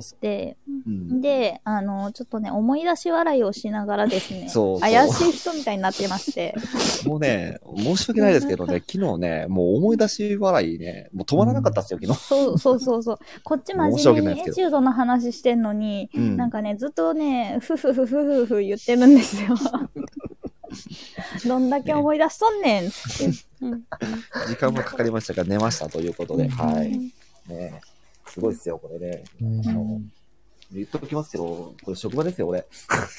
で、ちょっとね、思い出し笑いをしながらですね、怪しい人みたいになってまして。 もうね、申し訳ないですけどね、昨日ね、もう思い出し笑いね、もう止まらなかったっすよ、昨日。 そう。こっち真面目にエチュードの話してんのに、なんかね、ずっとね、ふふ言ってるんですよ。どんだけ思い出しとんねんって。 時間もかかりましたが、寝ましたということで、はい。ね、すごいっすよ、これね。言っときますけど、これ職場ですよ、俺。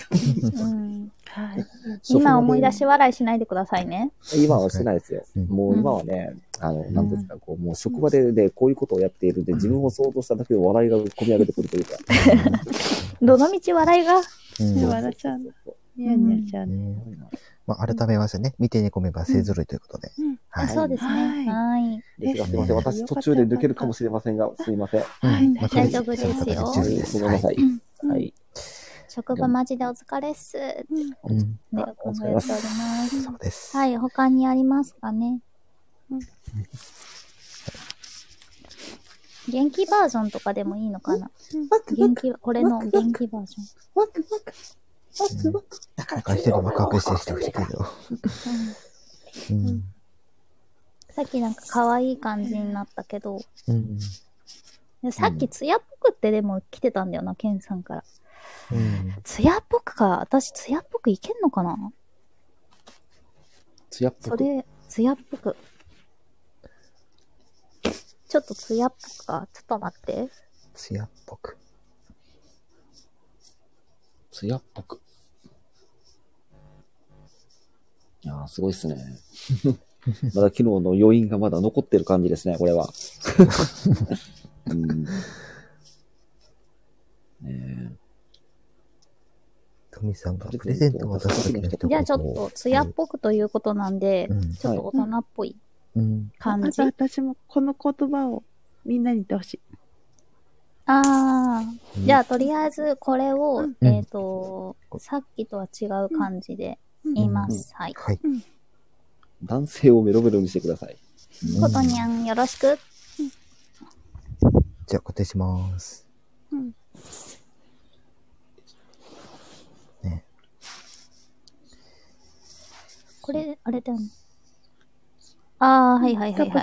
今思い出し笑いしないでくださいね。 今はしてないですよ。もう今はね、なんですか、もう職場でこういうことをやっているんで、自分を想像しただけで笑いが込み上げてくるというか。 どの道笑いが笑っちゃう。ニヤニヤしちゃうね。 改めましてね、見てに込めば勢ぞろいということで。 そうですね。はい。 ですが、すみません。私途中で抜けるかもしれませんが、すみません。 大丈夫ですよ。 ごめんなさい。はい。 職場マジでお疲れっす。 お疲れ様です。 そうです。 はい、他にありますかね。元気バージョンとかでもいいのかな。これの元気バージョン。 だから一人ワクワクしてる人がいるけど。 さっきなんか可愛い感じになったけど、さっきツヤっぽくってでも来てたんだよな、ケンさんから。ツヤっぽくか、私ツヤっぽくいけんのかな？ ツヤっぽく？ ツヤっぽく。ちょっとツヤっぽくか、ちょっと待って。 ツヤっぽく。 ツヤっぽく。いやー、すごいっすね。 まだ昨日の余韻がまだ残ってる感じですね、これは。 トミさんがプレゼントを渡す時の一言。 じゃあちょっと、艶っぽくということなんで、ちょっと大人っぽい感じ。 あと私もこの言葉をみんなに言ってほしい。 じゃあとりあえずこれを、さっきとは違う感じで言います。はい。 男性をメロメロにしてください。 ことにゃんよろしく。 じゃあ固定します。ね。 これ、あれだよね。はいはいはいはい。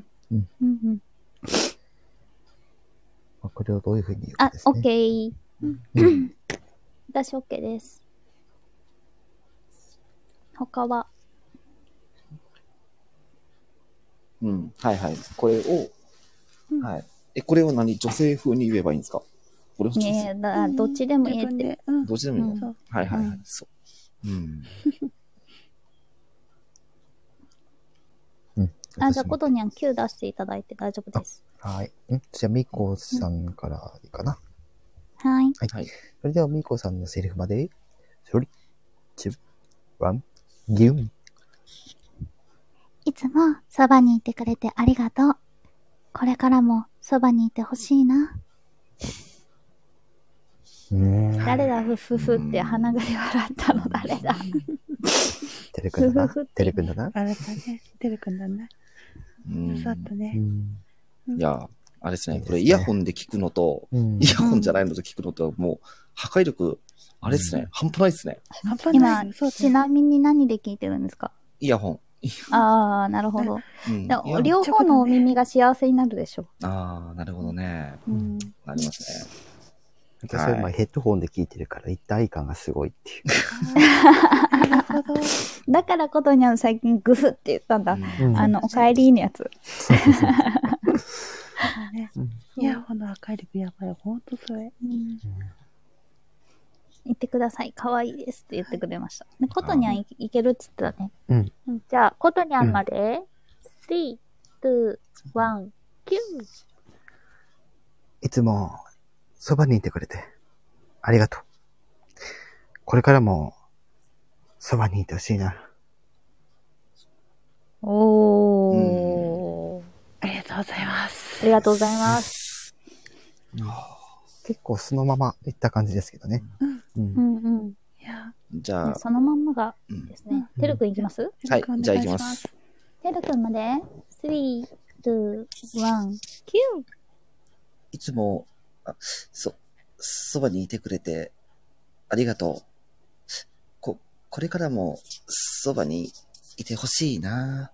これをどういうふうに言うかですね。 オッケー。私オッケーです。他ははいはい。これを、はい。これを女性風に言えばいいんですか？これをねえ、どっちでもいいって。 どっちでもいいの？はいはいはい。そう。 じゃあ、ことにゃん9出していただいて大丈夫です。 はい。じゃあ、みこさんからいいかな。 はい。 はい。それでは、みこさんのセリフまで、3、2、1、ギュン。 いつもそばにいてくれてありがとう。これからもそばにいてほしいな。誰だ、ふふふって鼻が笑ったの誰だ。 てるくんだな。てるくんだな。 あれだね。てるくんだね。そうだね。 いや、あれですね。これイヤホンで聞くのと、イヤホンじゃないのと聞くのと、もう破壊力、あれですね。半端ないですね。 今、ちなみに何で聞いてるんですか？ イヤホン。 なるほど。両方のお耳が幸せになるでしょ。 なるほどね。なりますね。 私は今ヘッドホンで聞いてるから一体感がすごいっていう。 なるほど。 だからことにゃん最近グフって言ったんだ。お帰りのやつ。 イヤホンの破壊力やばい。ほんとそれ。 言ってください。可愛いですって言ってくれました。ことにゃんいけるって言ったね。じゃあ、ことにゃんまで、3、2、1、9。 いつも、そばにいてくれて、ありがとう。これからも、そばにいてほしいな。 ありがとうございます。 ありがとうございます。 結構そのままいった感じですけどね。 じゃあ、 そのまんまがですね。てるくんいきます？ はい、じゃあいきます。 てるくんまで、3、2、1、9。 いつも、そばにいてくれて、ありがとう。これからも、そばにいてほしいな。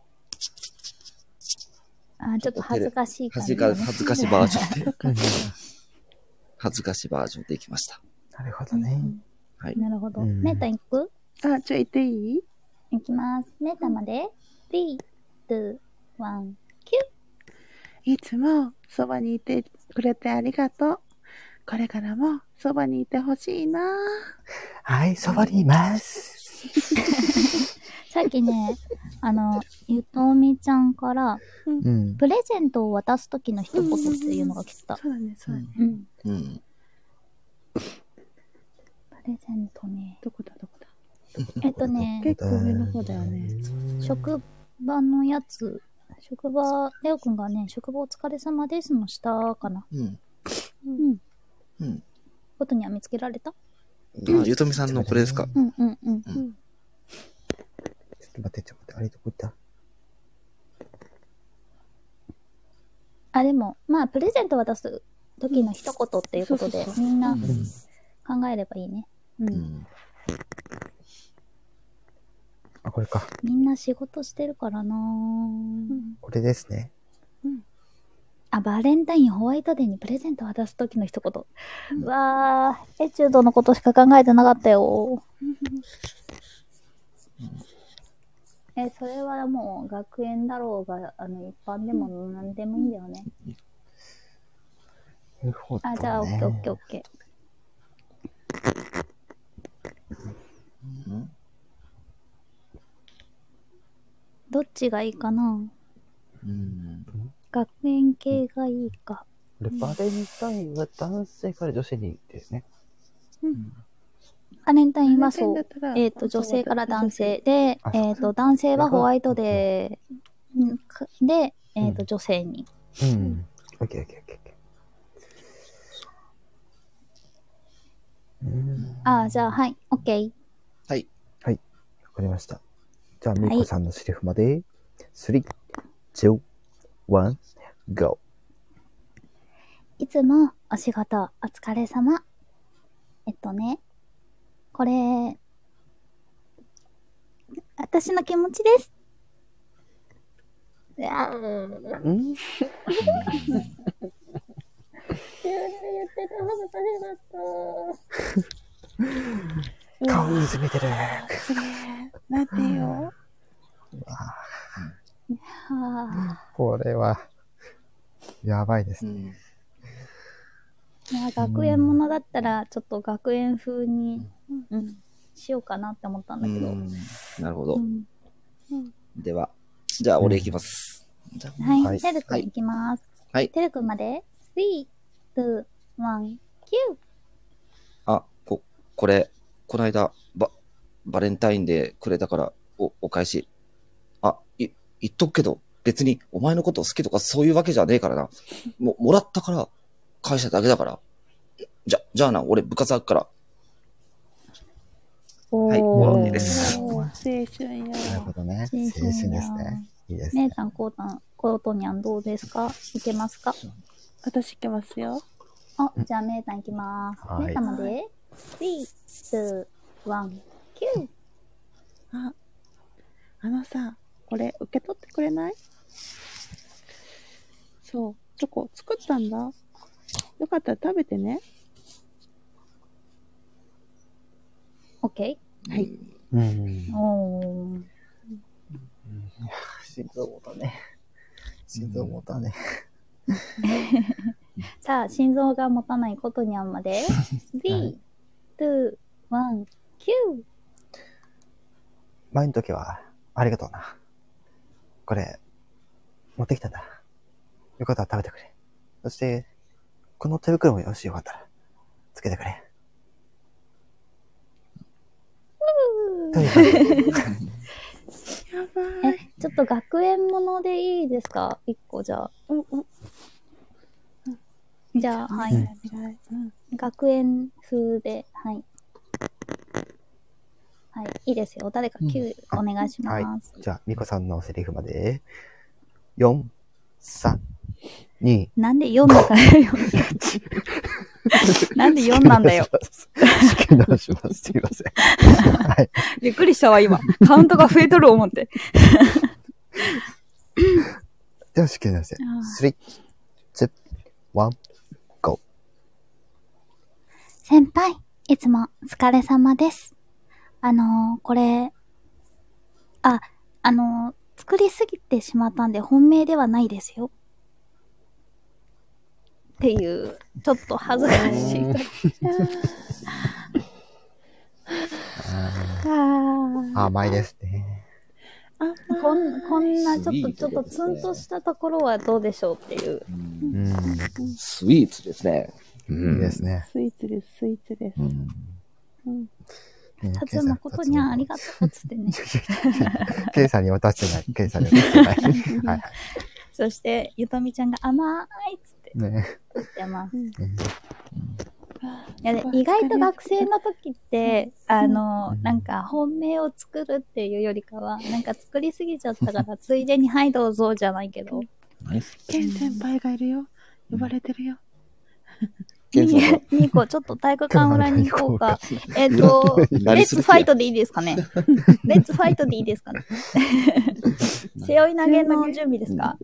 ちょっと恥ずかしい感じ、 恥ずかしいバージョンで。恥ずかしいバージョンでいきました。 なるほどね。 はい。なるほど。メータ行く？ じゃあ行っていい？ 行きます。メータまで、3、2、1、9。 いつもそばにいてくれてありがとう。これからもそばにいてほしいな。 はい、そばにいます。 さっきね、ゆとみちゃんから、プレゼントを渡すときの一言っていうのが来た。 そうだね、そうだね。 プレゼントね。 どこだ結構上の方だよね。 職場のやつ、レオくんがね、職場お疲れ様ですの下かな。ことには見つけられた？ ゆとみさんのこれですか？ ちょっと待って、あれどこ行った？ でも、まあ、プレゼント渡す時の一言っていうことで、みんな考えればいいね。 これか。 みんな仕事してるからな。 これですね。 バレンタイン、ホワイトデーにプレゼント渡す時の一言。うわー、エチュードのことしか考えてなかったよ。それはもう学園だろうが、一般でも何でもいいんだよね。じゃあ、オッケーオッケーオッケー。 どっちがいいかな。学園系がいいか。 バレンタインは男性から女性にってね。 バレンタインはそう。女性から男性で、男性はホワイトデーで、女性に。 オッケー。 じゃあ、はい、オッケー。 はい。 はい。わかりました。じゃあ、みこさんのセリフまで、3、2、1、GO。 いつもお仕事お疲れ様。これ、私の気持ちです。急に言ってたはずだった。顔水見てる。 すげえ。なんてよ。 これは、やばいですね。 いや、学園ものだったら、ちょっと学園風に、しようかなって思ったんだけど。 なるほど。では、じゃあ、俺行きます。 はい、てるくん行きます。はい。てるくんまで、3、2、1、9。 あ、これ、この間、バレンタインでくれたから、お返し。言っとくけど、別にお前のこと好きとかそういうわけじゃねえからな。もらったから、返しただけだから。じゃあな、俺部活開くから。はい、もろてです。 青春や。 なるほどね。青春ですね。いいですね。 姉さん、コートニャンどうですか？いけますか？ 私いけますよ。 じゃあ、姉さんいきます。姉さんまで、3、2、1、9。 さ、これ受け取ってくれない？そう、チョコ作ったんだ。よかったら食べてね。 オッケー。はい。 心臓もたね。心臓もたね。 さあ、心臓が持たないことにゃんまで。3、2、1、9。 前の時は、ありがとうな。これ、持ってきたんだ。よかったら食べてくれ。そして、この手袋もよしよかったら、つけてくれ。 やばい。 ちょっと学園ものでいいですか？1個じゃあ。じゃあ、はい。学園風で、はい。はい、いいですよ。誰か9お願いします。 じゃあ、みこさんのセリフまで。4、3、2。 なんで4だからよ。なんで4なんだよ。 仕切り直します。すいません。はい。 びっくりしたわ、今。カウントが増えとる思って。 では、仕切り直して。3、2、1、GO。 先輩、いつもお疲れ様です。これ、作りすぎてしまったんで本命ではないですよ。っていう、ちょっと恥ずかしい。 甘いですね。 こんなちょっとツンとしたところはどうでしょうっていう。 スイーツですね。 いいですね。 スイーツです、スイーツです。 辰馬ことにゃんありがとうっつってね。 ケイさんに渡してない。ケイさんに渡してない。はい。 そして、ゆとみちゃんが甘いっつって言ってます。いやね、意外と学生の時って、なんか本命を作るっていうよりかは、なんか作りすぎちゃったから、ついでにはいどうぞじゃないけど。 ケン先輩がいるよ。呼ばれてるよ。 ミコ、ちょっと体育館裏に行こうか。レッツファイトでいいですかね。レッツファイトでいいですかね。背負い投げの準備ですか？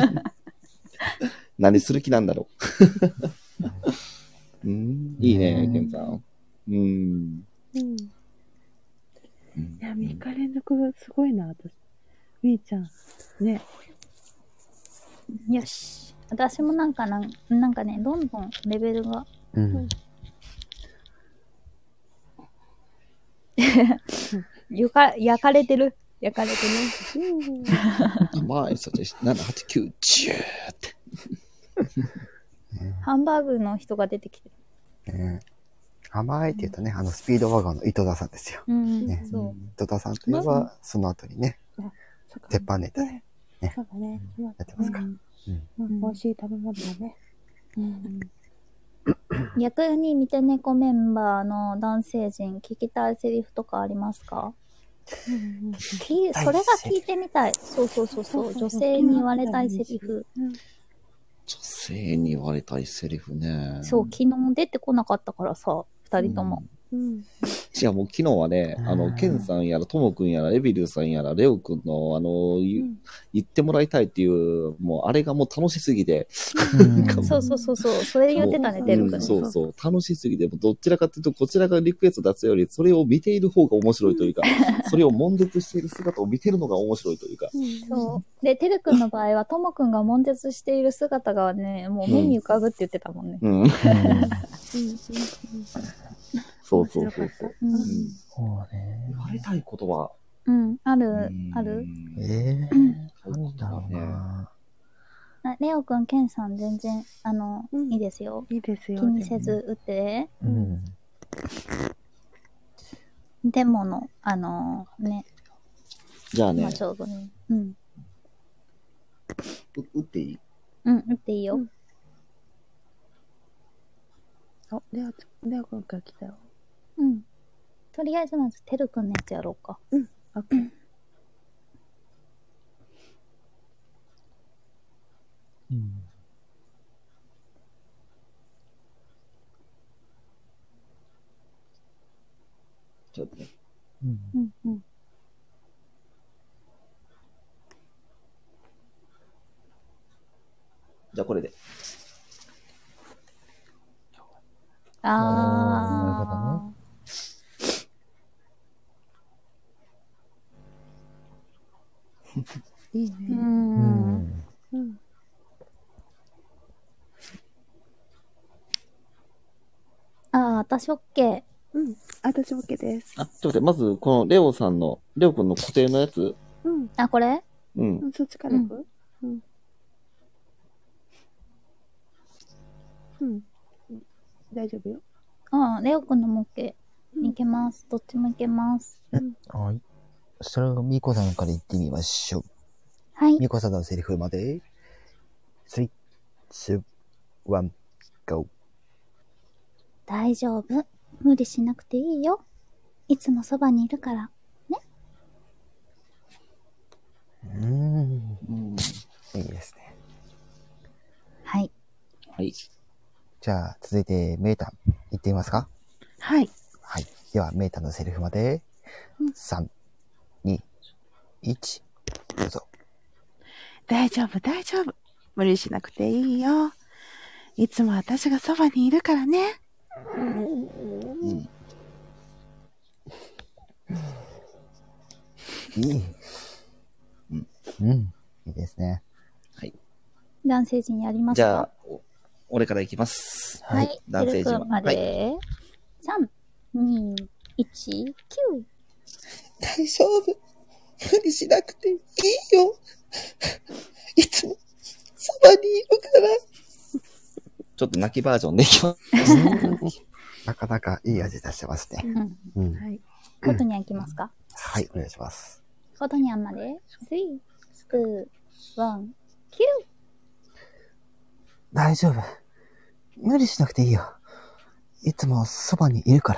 何する気なんだろう。いいね、ケンさん。 いや、3日連続すごいな、私。みーちゃん。ね。 よし。私もなんかね、どんどんレベルが。焼かれてる。 焼かれてね。甘い、そっち、7、8、9、10って。 ハンバーグの人が出てきてる。甘いって言うとね、スピードワゴンの井戸田さんですよ。ね、井戸田さんといえば、その後にね、鉄板ネタで、ね。そうだね。やってますから。 美味しい食べ物だね。 逆に見て猫メンバーの男性陣、聞きたいセリフとかありますか？それが聞いてみたい。そう。女性に言われたいセリフ。 女性に言われたいセリフね。 そう、昨日出てこなかったからさ、二人とも。 いや、もう昨日はね、ケンさんやら、ともくんやら、エビルさんやら、レオくんの、言ってもらいたいっていう、もう、あれがもう楽しすぎて。 そう。それ言ってたね、てるくん。 そう。楽しすぎて、どちらかというと、こちらがリクエスト出すより、それを見ている方が面白いというか、それを悶絶している姿を見てるのが面白いというか。 そう。で、てるくんの場合は、ともくんが悶絶している姿がね、もう目に浮かぶって言ってたもんね。 そう。 そうね。 言われたいことは。 ある。なんだろうな。 レオくん、ケンさん全然、いいですよ。 いいですよ。 気にせず打って。デモの、ね。 じゃあね。 ちょうどね。 打っていい？ 打っていいよ。 レオくんから来たよ。 とりあえずまず、てるくんのやつやろうか。 オッケー。 ちょっとね。じゃあこれで。 なるほどね。 いいね。 私 OK。 私 OK です。 ちょっと待って、まず、このレオくんの固定のやつ。 これ？ そっちからいく？大丈夫よ。 レオくんのも OK。いけます。どっちもいけます。 はい。そしたら、ミコさんから言ってみましょう。 はい。 ミコさんのセリフまで。3、2、1、GO。 大丈夫。無理しなくていいよ。いつもそばにいるから。ね。 いいですね。 はい。 じゃあ、続いて、メータン、言ってみますか？ はい。 では、メータンのセリフまで。3、2、1、どうぞ。 大丈夫。無理しなくていいよ。いつも私がそばにいるからね。 いい。いいですね。 男性陣やりますか？ じゃあ、俺からいきます。男性陣は。 まで。3、2、1、9。 大丈夫。無理しなくていいよ。いつもそばにいるから。ちょっと泣きバージョンでいきます。 なかなかいい味出してますね。 コトニャンいきますか？ はい、お願いします。 コトニャンまで。3、2、1、9。 大丈夫。無理しなくていいよ。いつもそばにいるから。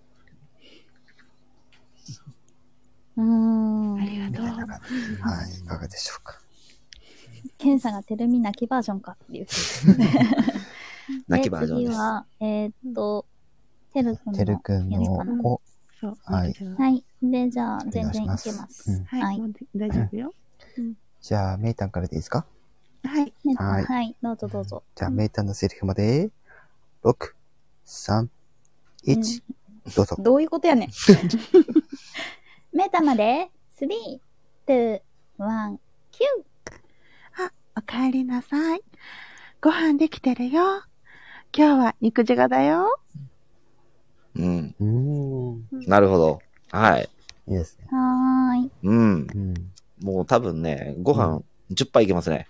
ありがとう。 はい、いかがでしょうか。 ケンさんがテルミ泣きバージョンかっていう。 泣きバージョンです。 次は、テル君のそう。 はい。で、じゃあ、全然いけます。 はい。大丈夫よ。 じゃあ、メイタンからでいいですか？ はい。 はい。どうぞ。 じゃあ、メイタンのセリフまで、6、3、1、どうぞ。 どういうことやねん。メーターまで、3、2、1、9。 お帰りなさい。ご飯できてるよ。今日は肉じゃがだよ。 なるほど。はい。 いいですね。 はーい。 うん。もう多分ね、ご飯10杯いけますね。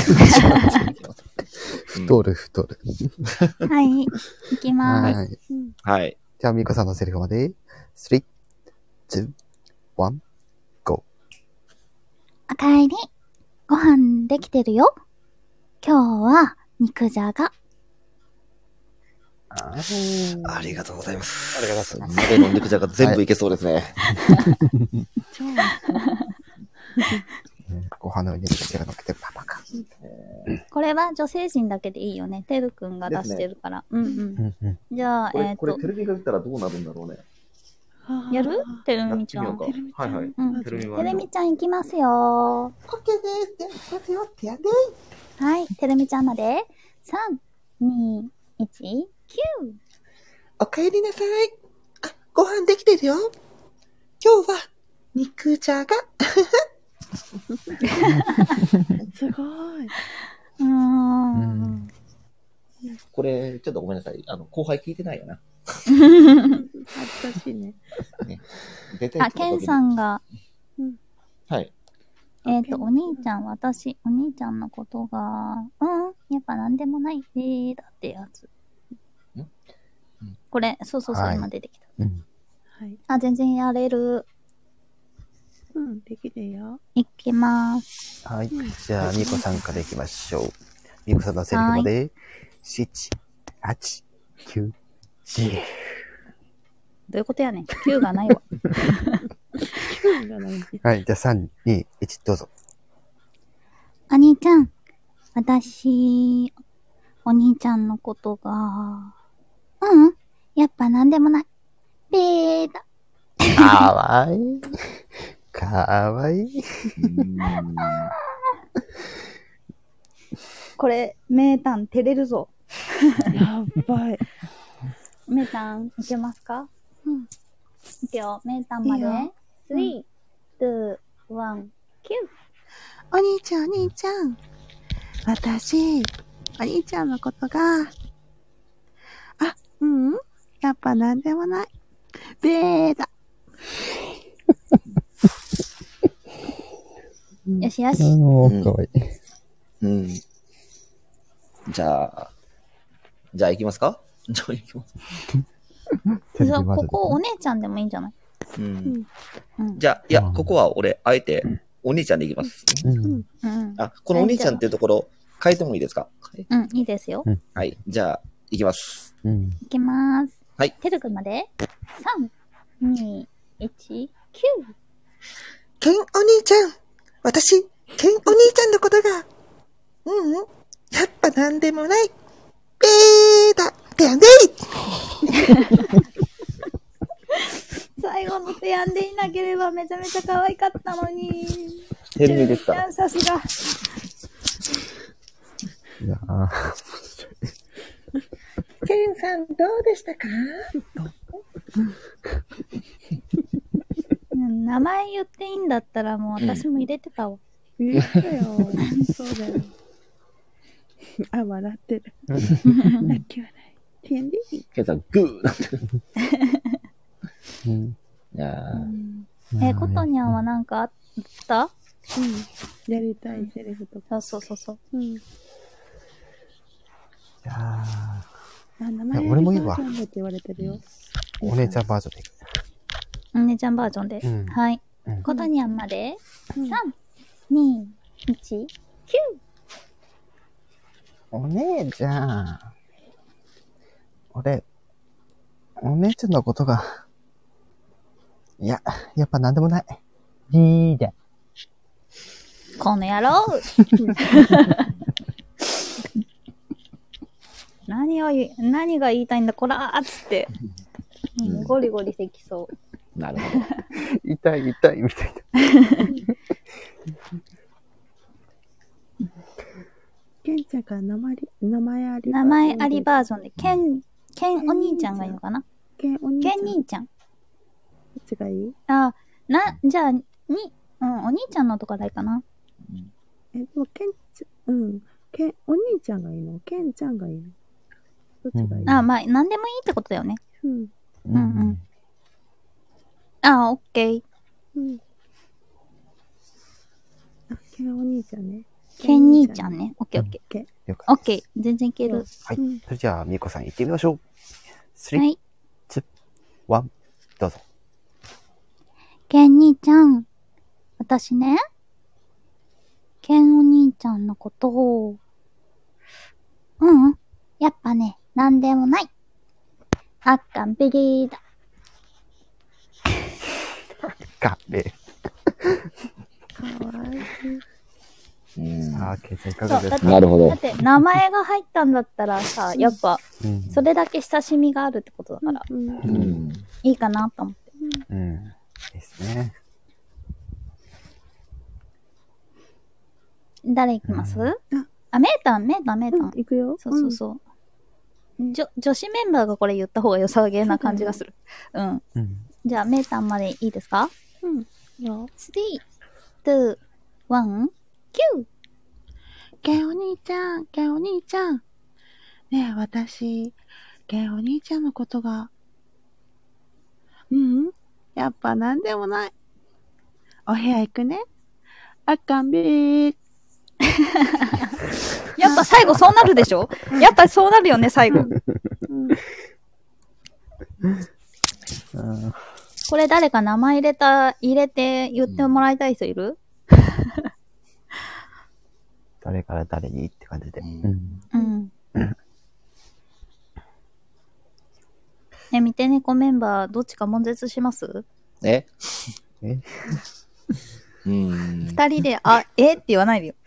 太る。 はい。いきまーす。 はい。 じゃあ、みこさんのセリフまで。3、2、1、GO。 おかえり。ご飯できてるよ。今日は肉じゃが。 ありがとうございます。ありがとうございます。鍋の肉じゃが全部いけそうですね。 ご飯の上に肉じゃが乗っけてパパか。 これは女性陣だけでいいよね。てるくんが出してるから。じゃあ、 これテレビが見たらどうなるんだろうね。 やる？てるみちゃん。 はいはい。 てるみちゃん行きますよ。 オッケーです。行きますよ。てやでー。はい。てるみちゃんまで。3、2、1、9。 おかえりなさい。ご飯できてるよ。今日は肉じゃが。 すごい。 これ、ちょっとごめんなさい。後輩聞いてないよな。 恥ずかしいね。 ケンさんが。 はい。 お兄ちゃん、お兄ちゃんのことが、やっぱなんでもないだってやつ。これ、そう、今出てきた。全然やれる。 できるよ。 いきまーす。 はい。じゃあ、みこさんからいきましょう。みこさんのセリフまで。7、8、9、10。 どういうことやねん。9がないわ。 9がない。 はい。じゃあ、3、2、1、どうぞ。 お兄ちゃん、私、お兄ちゃんのことが、やっぱなんでもない。べーだ。 かわいい。かわいい。 これ、メータン照れるぞ。 やばい。 メータンいけますか？いくよ。メータンまで。3、2、1、9。 お兄ちゃん。私、お兄ちゃんのことが、やっぱなんでもない。べーだ。 よしよし。 かわいい。 じゃあ行きますか？じゃあ行きます。 ここお姉ちゃんでもいいんじゃない？ じゃあ、いや、ここは俺、あえて、お兄ちゃんでいきます。このお兄ちゃんっていうところ、変えてもいいですか？ いいですよ。 はい。じゃあ、いきます。 いきます。 はい。 てるくんまで。3、2、1、9。 ケンお兄ちゃん。私、ケンお兄ちゃんのことが、やっぱなんでもない。べーだ。てやんでい。 最後のてやんでいなければめちゃめちゃ可愛かったのに。 てるみですか？ さすが。 いやケンさんどうでしたか？ 名前言っていいんだったらもう私も入れてたわ。 入れたよ。そうだよ。笑ってる。ラッキーはない。てやんでいい。 ケンさん、グーなってる。いやことにゃんはなんかあった？ やりたいセリフとか。 そう。 名前俺もいいわ。 って言われてるよ。 お姉ちゃんバージョンでいく。 お姉ちゃんバージョンで。はい。ことにゃんまで。3、2、1、9。 お姉ちゃん。俺、お姉ちゃんのことが、やっぱなんでもない。リーダー。 この野郎何が言いたいんだ、こらーっつって。ゴリゴリできそう。 なるほど。 痛いみたいな。 ケンちゃんから名前ありバージョンで、ケンお兄ちゃんがいいのかな？ケン兄ちゃん。 どっちがいい？ じゃあ、お兄ちゃんのとかないかな？ でもお兄ちゃんがいいの？ケンちゃんがいいの？どっちがいい？ まあ、なんでもいいってことだよね。オッケー。 ケンお兄ちゃんね。 ケン兄ちゃんね。オッケーオッケー。オッケー。全然いける。はい。 それじゃあ、みこさん行ってみましょう。3、 はい。 2、1、どうぞ。 ケン兄ちゃん。私ね、ケンお兄ちゃんのことを、やっぱね、なんでもない。あっかんびりーだ。 かべ。 かわいい。 ケンちゃんいかがですか？ なるほど。 だって、名前が入ったんだったらさ、やっぱ、それだけ親しみがあるってことだから、いいかなと思って。 ですね。 誰行きます？メータン。 行くよ。 そうそう。女子メンバーがこれ言った方が良さげな感じがする。じゃあ、メータンまでいいですか？3、2、1、9! ケンお兄ちゃん。ねえ、私、ケンお兄ちゃんのことが、やっぱなんでもない。お部屋行くね。あかんびー。 やっぱ最後そうなるでしょ？やっぱそうなるよね、最後。これ誰か名前入れて言ってもらいたい人いる？ 誰から誰にって感じで。 見て猫メンバーどっちか悶絶します？二人で、って言わないでよ。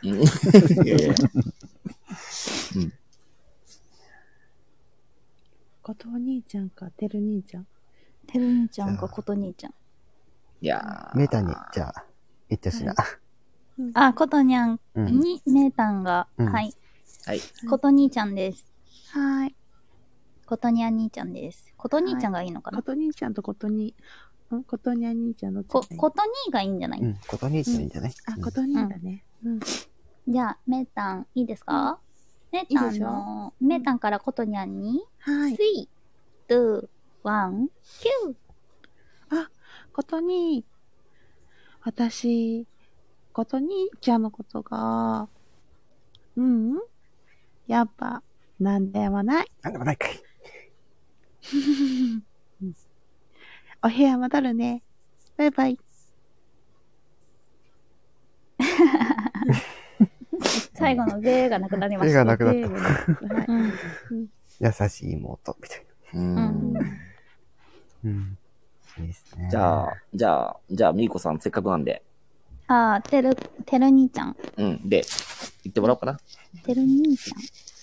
ことお兄ちゃんか、てる兄ちゃん。 てる兄ちゃんか、こと兄ちゃん。 いやメータンに、じゃあ、言ってほしいな。 ことにゃんに、メータンが、はい。 はい。 こと兄ちゃんです。 はい。 ことにゃん兄ちゃんです。こと兄ちゃんがいいのかな？ こと兄ちゃんとことにゃん兄ちゃんのことにがいいんじゃない？ ことにちゃんいいんじゃない？ ことにだね。 じゃあ、メータン、いいですか？メータンからことにゃんに、3、2、1、9! ことに、私、ことにちゃんのことが、やっぱ、なんでもない。 なんでもないかい。 お部屋戻るね。バイバイ。 最後のベーがなくなりました。 ベーがなくなった。優しい妹、みたいな。いいですね。 じゃあ、みーこさん、せっかくなんで。 てる兄ちゃん。 で、言ってもらおうかな。 てる兄ちゃん。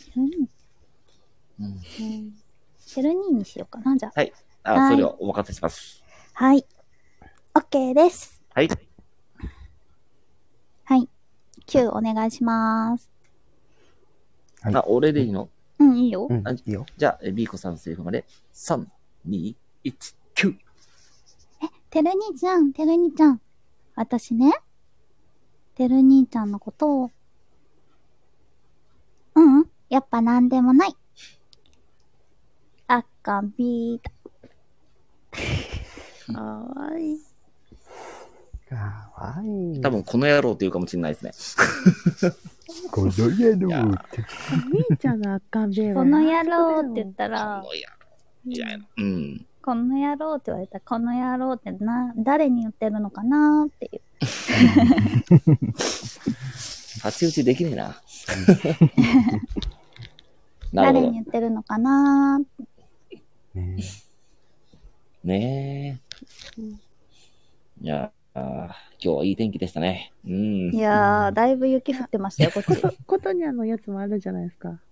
てる兄にしようかな、じゃあ。 はい。それをお任せします。 はい。OK です。 はい。 はい。9お願いします。 俺でいいの？ いいよ。 いいよ。 じゃあ、ビーコさんのセリフまで、3、2、1、9。 てる兄ちゃん。私ね、てる兄ちゃんのことを、やっぱなんでもない。あっかんびーだ。 かわいい。 かわいい。 多分、この野郎って言うかもしれないですね。 この野郎って。 みーちゃんのあっかんべーは。 この野郎って言ったら、 この野郎って言われたら、この野郎って誰に言ってるのかなーっていう。 太刀打ちできねえな。 誰に言ってるのかなーって。 ねえ。いや、今日はいい天気でしたね。 いやー、だいぶ雪降ってましたよ、こっち。 ことにゃんのやつもあるじゃないですか。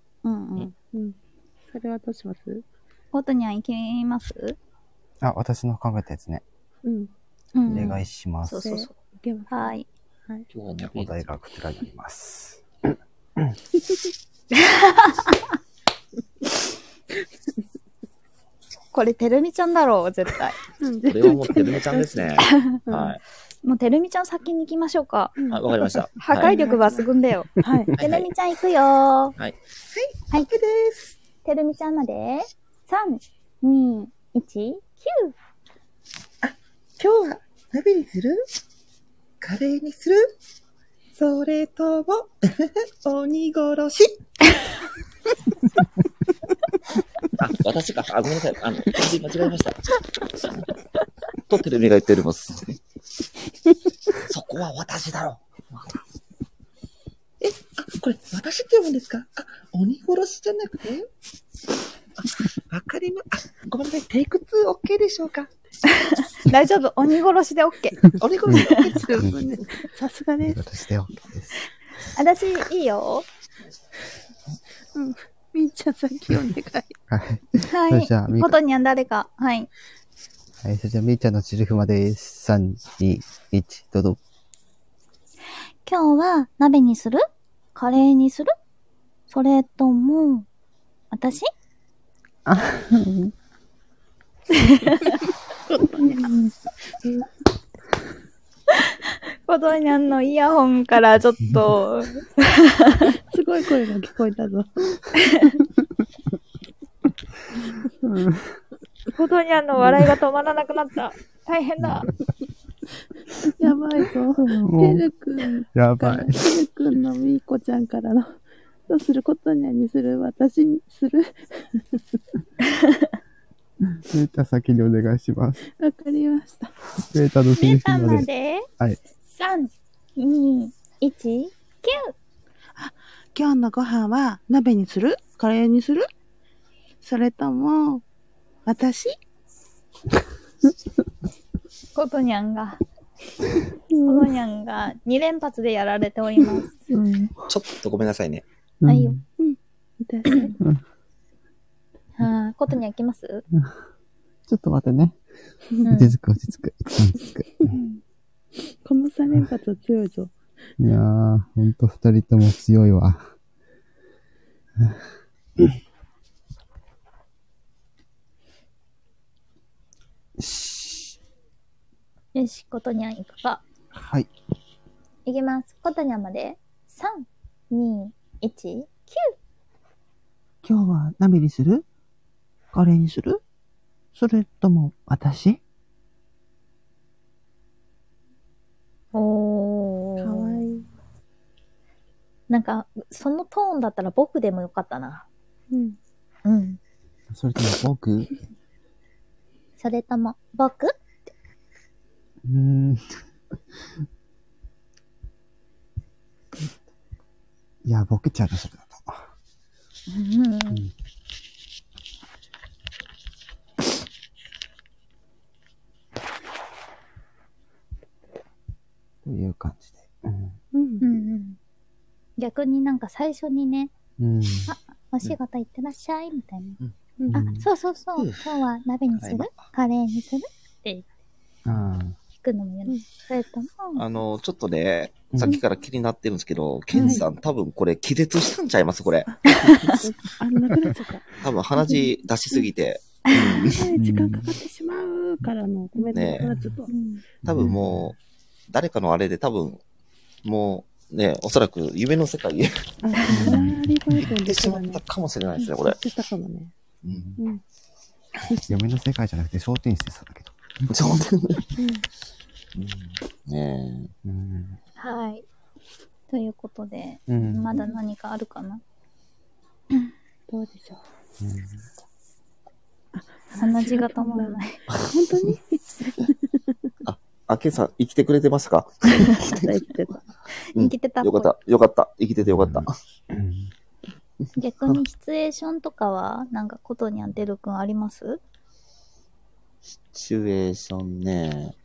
それはどうします？ ことにゃんいきます？ 私の考えたやつね。お願いします。 そう。はい。 今日はね、 お題がこちらになります。 これ、てるみちゃんだろう、絶対。 これはもうてるみちゃんですね。はい。 もうてるみちゃん先に行きましょうか。 わかりました。 破壊力抜群だよ。はい。てるみちゃん行くよー。 はい。 はい。はい。です。 てるみちゃんまで、3、2、1、9。 今日は鍋にする？カレーにする？ それとも、鬼殺しあ、私か。あ、ごめんなさい。間違えました。とテレビが言っております。そこは私だろ。これ、私って読むんですか？あ、鬼殺しじゃなくて？わかりま、ごめんなさい。テイク2 OK でしょうか？ 大丈夫。鬼殺しで OK。 鬼殺しで OK です。さすがです。 鬼殺しで OK です。 私、いいよ。 うん。みーちゃん先お願い。 はい。 はい。ことにゃん誰か。はい。 はい。それじゃあ、みーちゃんのチルフまです。3、2、1、どうぞ。 今日は鍋にする？カレーにする？それとも、私？ことにゃんのイヤホンからちょっとすごい声が聞こえたぞ。 ことにゃんの笑いが止まらなくなった。大変だ。 やばいぞ。てるくん。 やばい。 てるくんのみーこちゃんからの、どうする？ことにゃんにする？私にする？ ベータ先にお願いします。 わかりました。 ベータのセリフまで。 はい。 3、2、1、9。 今日のご飯は鍋にする？カレーにする？それとも、私？ ことにゃんが2連発でやられております。 ちょっとごめんなさいね。 はいよ。 私。 ことにゃん行きます？ ちょっと待ってね。落ち着く。 この3連発は強いぞ。 いやー、ほんと2人とも強いわ。 よし、ことにゃん行くか。 はい。 いきます。ことにゃんまで。3、2、1、9。 今日は鍋にする？カレーにする？それとも私？ おー。 かわいい。 なんか、そのトーンだったら僕でもよかったな。 うん。 それとも僕？ それとも僕？ いや、僕ちゃんのそれだと。という感じで。 逆になんか最初にね、お仕事行ってらっしゃいみたいな。そうそうそう。今日は鍋にする？カレーにする？って聞くのもやる。それとも。 ちょっとね、さっきから気になってるんですけど、ケンさん多分これ気絶したんちゃいますこれ。 なくなっちゃった。 多分鼻血出しすぎて。 時間かかってしまうからのコメントなくなっちゃった。 多分もう、誰かのあれで多分、もうね、おそらく夢の世界へ行ってしまったかもしれないですね、これ。 言ってたかもね。 夢の世界じゃなくて商店室でしたけど。 商店ねえ。 はい。ということで、まだ何かあるかな？ どうでしょう。 鼻血が止まらない。 本当に？ ケンさん、生きてくれてましたか？ 生きてた。 生きてた。 よかった。生きててよかった。 逆にシチュエーションとかは、なんかことにゃんてるくんあります？ シチュエーションね。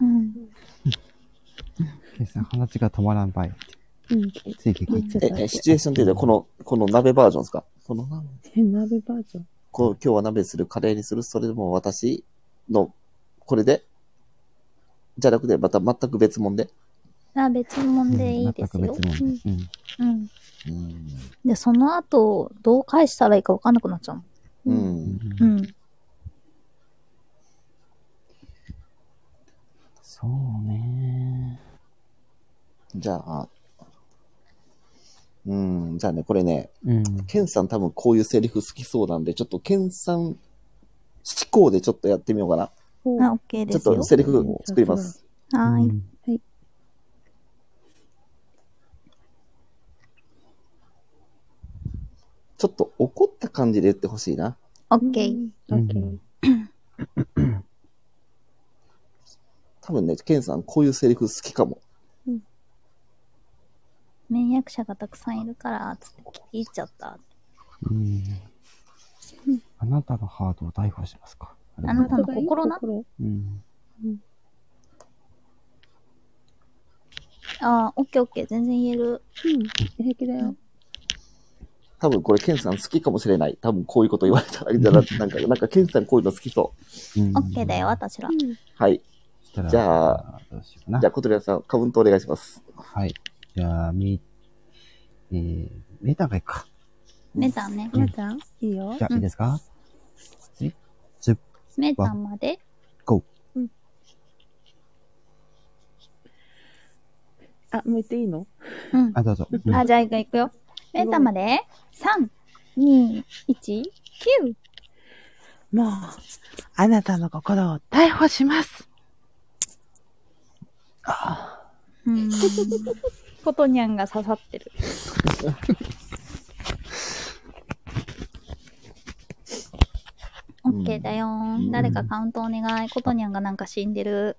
ケンさん、鼻血が止まらんばい。ついてきシチュエーションって言うと、この鍋バージョンですか？この鍋バージョン。 今日は鍋する？カレーにする？それでも私の、これでじゃなくて、また全く別物で？ 別物でいいですよ。 全く別物で。 で、その後、どう返したらいいか分かんなくなっちゃう。 そうね。 じゃあね、これね、ケンさん多分こういうセリフ好きそうなんで、ちょっとケンさん思考でちょっとやってみようかな。 OK ですよ。 ちょっとセリフ作ります。 はい。 ちょっと怒った感じで言ってほしいな。 オッケー。 オッケー。 多分ね、ケンさん、こういうセリフ好きかも。 免役者がたくさんいるから、つって聞き入っちゃった。 あなたのハートを逮捕しますか。 あなたの心な。ああ、オッケーオッケー。全然言える。 平気だよ。 多分これ、ケンさん好きかもしれない。多分こういうこと言われたら、なんかケンさんこういうの好きそう。 オッケーだよ、私ら。 はい。じゃあ、小鳥さん、カウントお願いします。 はい。じゃあ、メタンがいいか。 メタンね。 メタンいいよ。 じゃあ、いいですか？ メタンまで。 GO。 あ、もう言っていいの？ あ、どうぞ。 あ、じゃあ行くよ。メタンまで。3、2、1、9。 もう、あなたの心を逮捕します。 コトニャンが刺さってる。オッケーだよー。誰かカウントお願い。コトニャンがなんか死んでる。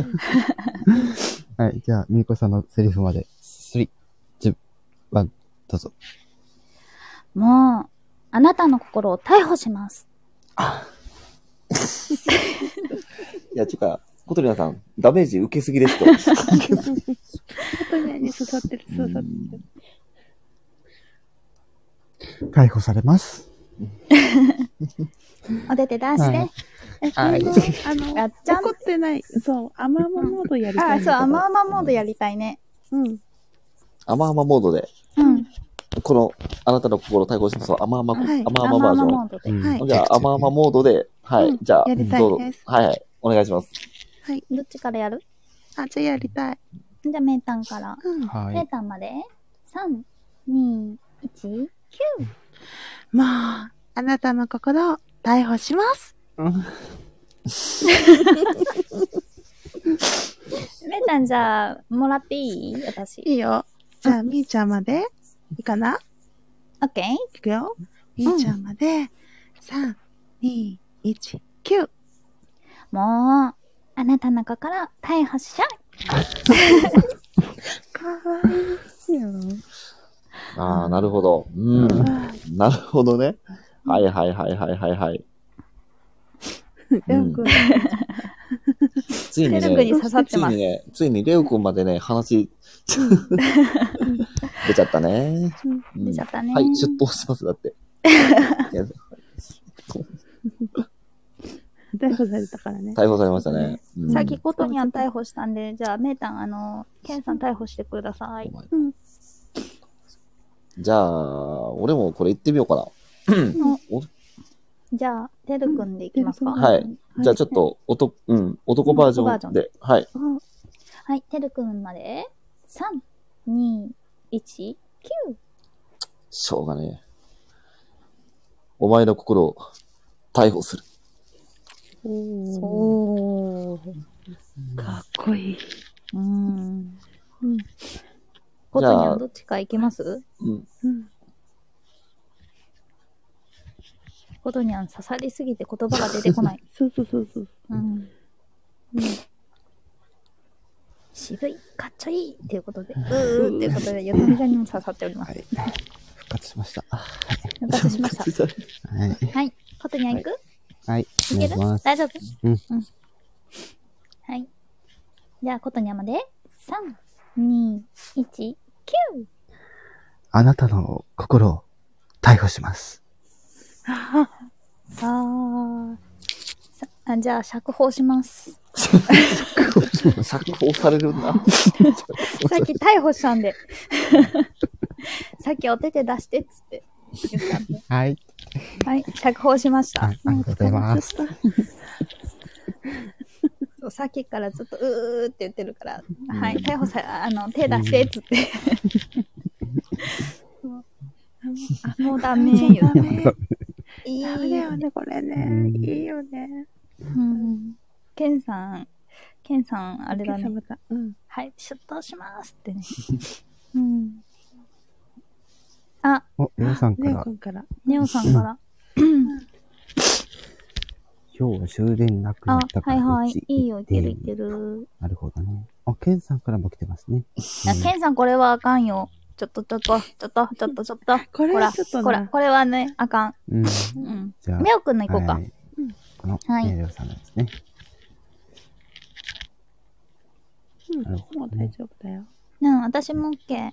はい、じゃあ、ミーコさんのセリフまで。3、2、1、どうぞ。 もう、あなたの心を逮捕します。 いや、ちゅうか、コトリアさん、ダメージ受けすぎですと。 コトニャンに刺さってる。 逮捕されます。 お手手出して。 はい。 やっちゃん。 怒ってない。そう、甘々モードやりたい。 そう、甘々モードやりたいね。 甘々モードで。この、あなたの心を逮捕します。甘々バージョン。 甘々モードで。 じゃあ、甘々モードで、はい。じゃあ、どうぞ。はい。お願いします。 はい。どっちからやる？ じゃあやりたい。 じゃあ、メータンから。メータンまで。3、2、1、9。 もう、あなたの心を逮捕します。 メータンじゃあ、もらっていい？私。 いいよ。じゃあ、みーちゃんまで。いいかな？ オッケー？ いくよ。みーちゃんまで。3、2、1、9。 もう、あなたの心逮捕しちゃかわいいよ。 ああ、なるほど。なるほどね。はい。 レオくん。 ついにね、ついにレオくんまでね、話、出ちゃったね。 出ちゃったね。 はい、出頭します、だって。 逮捕されたからね。 逮捕されましたね。 さっきコトニャン逮捕したんで、じゃあ、メータン、ケンさん逮捕してください。 じゃあ、俺もこれ言ってみようかな。 じゃあ、てるくんでいきますか？ はい。じゃあちょっと、男バージョンで。はい。 はい、てるくんまで。3、2、1、9。 しょうがねえ。お前の心を逮捕する。 おー。 かっこいい。 コトニャンどっちかいけます？コトニャン刺さりすぎて言葉が出てこない。 そう。 渋い、かっちょいいっていうことで、っていうことで、よどみがにも刺さっております。 復活しました。 復活しました。はい。コトニャン行く？ はい。 いける？大丈夫？はい。じゃあ、コトニャンまで。3、2、1、9。 あなたの心を逮捕します。 じゃあ、釈放します。 釈放されるな。さっき逮捕したんで。さっきお手手出してっつって言ったんで。 はい。 はい、釈放しました。 ありがとうございます。 さっきからずっとって言ってるから、はい、逮捕手出してっつって。もうダメ言ってます。 いいよね、これね。いいよね。 ケンさん、あれだね。はい、出頭しますってね。 あ、 ネオさんから。 ネオさんから。 今日終電なくなったから。 はいはい。いいよ、いけるいける。 なるほどね。ケンさんからも来てますね。 ケンさんこれはあかんよ。ちょっと。これはちょっとこれはね、あかん。じゃあ。メオくんの行こうか。 このメオさんのですね。 なるほど。もう大丈夫だよ。 私も OK。はい。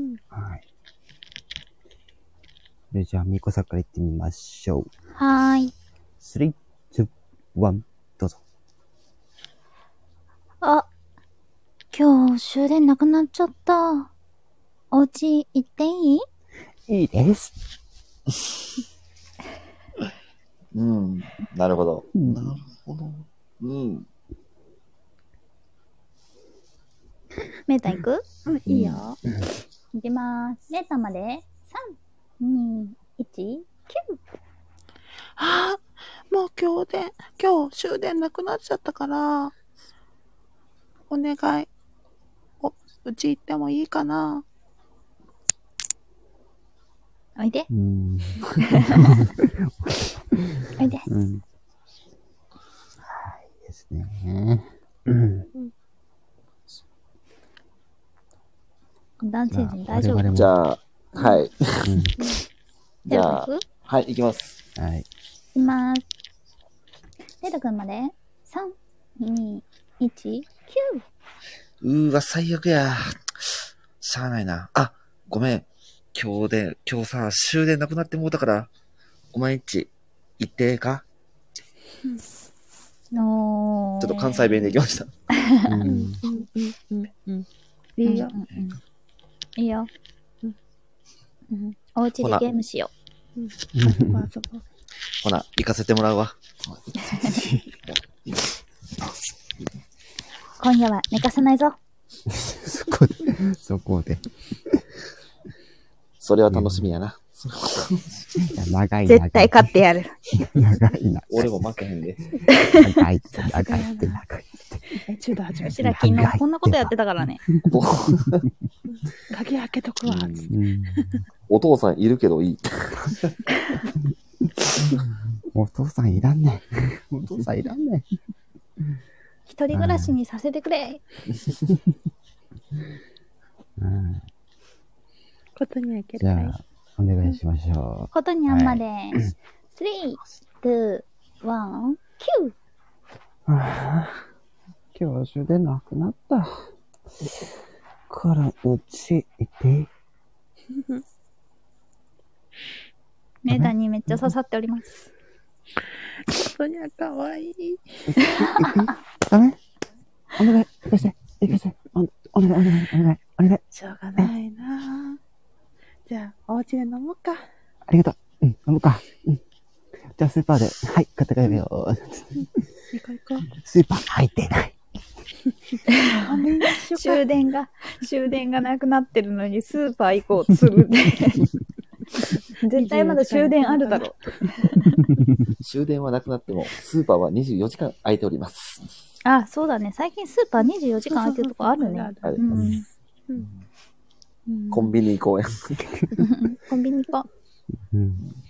じゃあ、ミコさんから行ってみましょう。 はーい。 3、2、1、どうぞ。 今日終電なくなっちゃった。お家行っていい？ いいです。 なるほど。 なるほど。 メータン行く？ いいよ。 行きまーす。メータンまで3、2、1、9。 もう今日終電なくなっちゃったから、お願い。うち行ってもいいかな？ おいで。おいで。 はいですね。 男性陣大丈夫？ じゃあ、はい。じゃあ、はい、行きます。 はい。 行きます。レド君まで3、2、1、 9。最悪や。しゃあないな。ごめん。今日さ、終電なくなってもうたから、お前んち、行ってか？ちょっと関西弁で行きました。 いいよ。 いいよ。お家でゲームしよう。 ほな、行かせてもらうわ。 今夜は寝かさないぞ。 そこで。 それは楽しみやな。 長い。 絶対勝ってやる。 長いな。 俺も負けへんで。 長いって。 うちら昨日こんなことやってたからね。 鍵開けとくわ。 お父さんいるけどいい。 お父さんいらんね。 一人暮らしにさせてくれ。 ことに開けじゃあ、お願いしましょう。 ことにゃんまで。3、2、1、9。 今日終電なくなった。からうち行っていい？ メーターにめっちゃ刺さっております。 ことにゃかわいい。 ダメ？お願い、行かせて。お願い。 しょうがないな。じゃあ、お家で飲もうか。 ありがとう。飲もうか。じゃあ、スーパーで、はい、買って帰るよ。行こう。 スーパー入ってない。 終電がなくなってるのにスーパー行こうとするって。絶対まだ終電あるだろう。終電はなくなっても、スーパーは24時間空いております。 そうだね。最近スーパー24時間空いてるとこあるね。 コンビニ行こうや。 コンビニ行こう。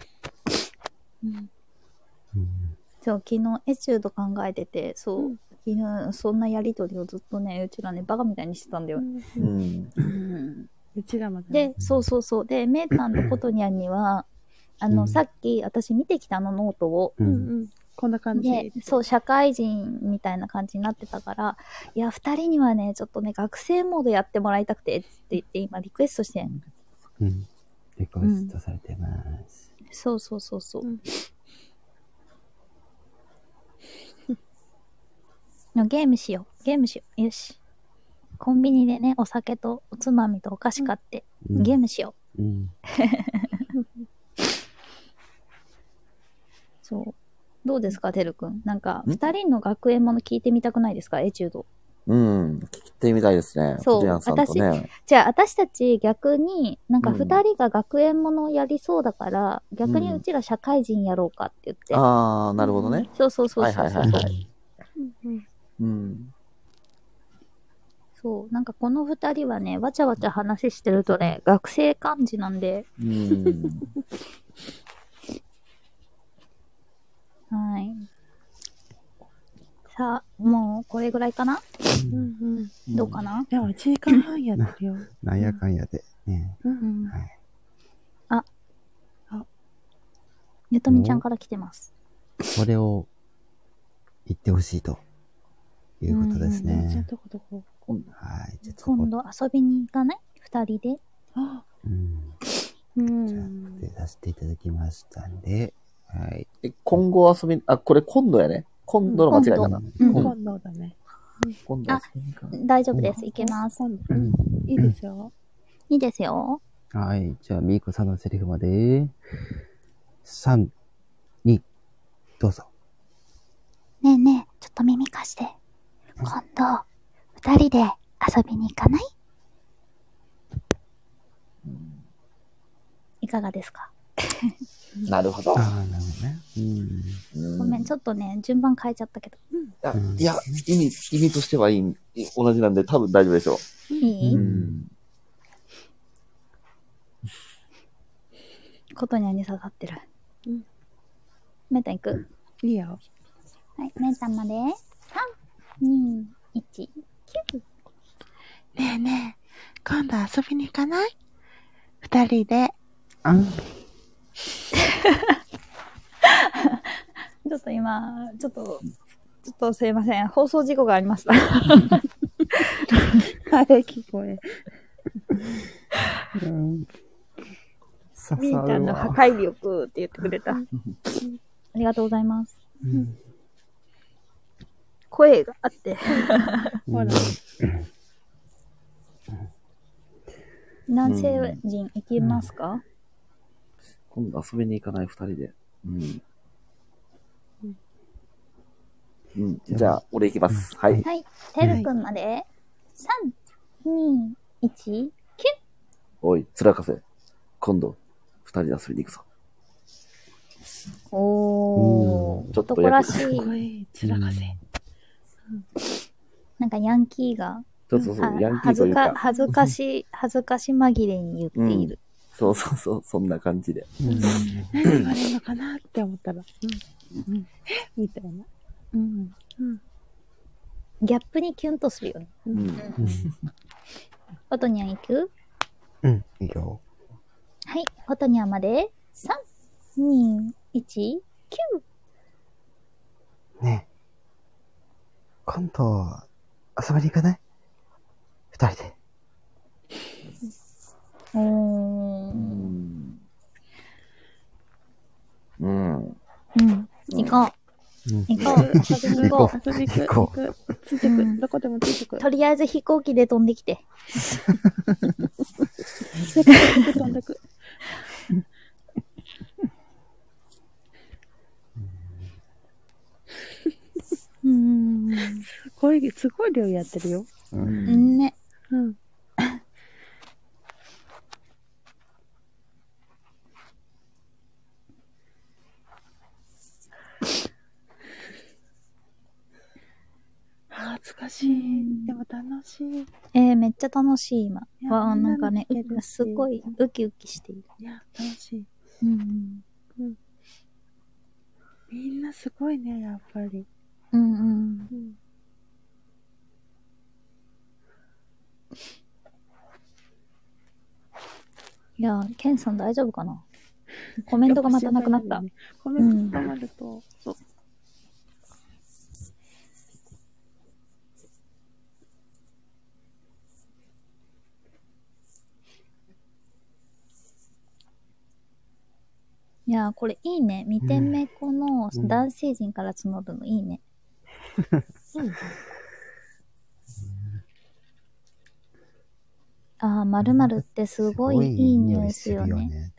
そう、昨日エチュード考えてて、昨日そんなやりとりをずっとね、うちらね、バカみたいにしてたんだよ。 うちらまで、そう。で、メータンとコトニャンには、さっき私見てきたノートを、 こんな感じで、そう、社会人みたいな感じになってたから、いや、二人にはね、ちょっとね、学生モードやってもらいたくて、って言って今リクエストしてん。 リクエストされてます。 そう。ゲームしよう。よし。コンビニでね、お酒とおつまみとお菓子買って、ゲームしよう。そう。どうですか、てるくん。なんか、二人の学園もの聞いてみたくないですか、エチュード。 聞いてみたいですね。 そう。私たち逆に、なんか二人が学園ものをやりそうだから、逆にうちら社会人やろうかって言って。 なるほどね。 そう。 そう、なんかこの二人はね、わちゃわちゃ話してるとね、学生感じなんで。はい。さあ、もうこれぐらいかな？どうかな？ でも1時間半やってるよ。 なんやかんやで。ね。 あ、ゆとみちゃんから来てます。 これを言ってほしいということですね。はい。 今度遊びに行かない？二人で。 じゃあ、出させていただきましたんで。はい。 今後遊び、これ今度やね。今度の間違いかな。 今度だね。 今度遊びに行かない。大丈夫です。行けます。 いいですよ。 いいですよ。 はい。じゃあ、みーこさんのセリフまで。3、2、どうぞ。 ねえねえ、ちょっと耳貸して。今度、二人で遊びに行かない？いかがですか？ なるほど。 なるほどね。 ごめん、ちょっとね、順番変えちゃったけど。 いや、意味としてはいい、同じなんで多分大丈夫でしょう。 いい？ことにゃに刺さってる。メンタ行く？ いいよ。 はい、メンタまで。3、2、1、9。 ねえねえ、今度遊びに行かない？二人で。 ちょっと今、ちょっとすいません。放送事故がありました。 あれ聞こえ。 みーちゃんの破壊力って言ってくれた。ありがとうございます。声があって。ほら。男性陣行きますか？ 今度遊びに行かない二人で。じゃあ、俺行きます。はい。 はい。てるくんまで。3、2、1、9。 おい、つらかせ。今度、二人で遊びに行くぞ。 おー。ちょっと男らしい。つらかせ。 なんかヤンキーが。 そう、ヤンキーというか。 恥ずかし紛れに言っている。 そう、そんな感じで。 何言われるのかなって思ったら。みたいな。 ギャップにキュンとするよね。フォトニャン行く？ いいよ。 はい、フォトニャンまで。3、2、1、9。 ねえ。今度、遊びに行かない？二人で。 行こう。行こう。 行こう。ついてく。どこでもついてく。 とりあえず飛行機で飛んできて。 世界で飛んでく。すごい量やってるよ。 ね。 懐かしい。でも楽しい。 めっちゃ楽しい今。なんかね、すごいウキウキしている。 いや、楽しい。みんなすごいね、やっぱり。 いや、ケンさん大丈夫かな？コメントがまたなくなった。 コメントがまると、そう。 いやー、これいいね。2点目、この男性陣から募るのいいね。〇〇ってすごいいい匂いするよね。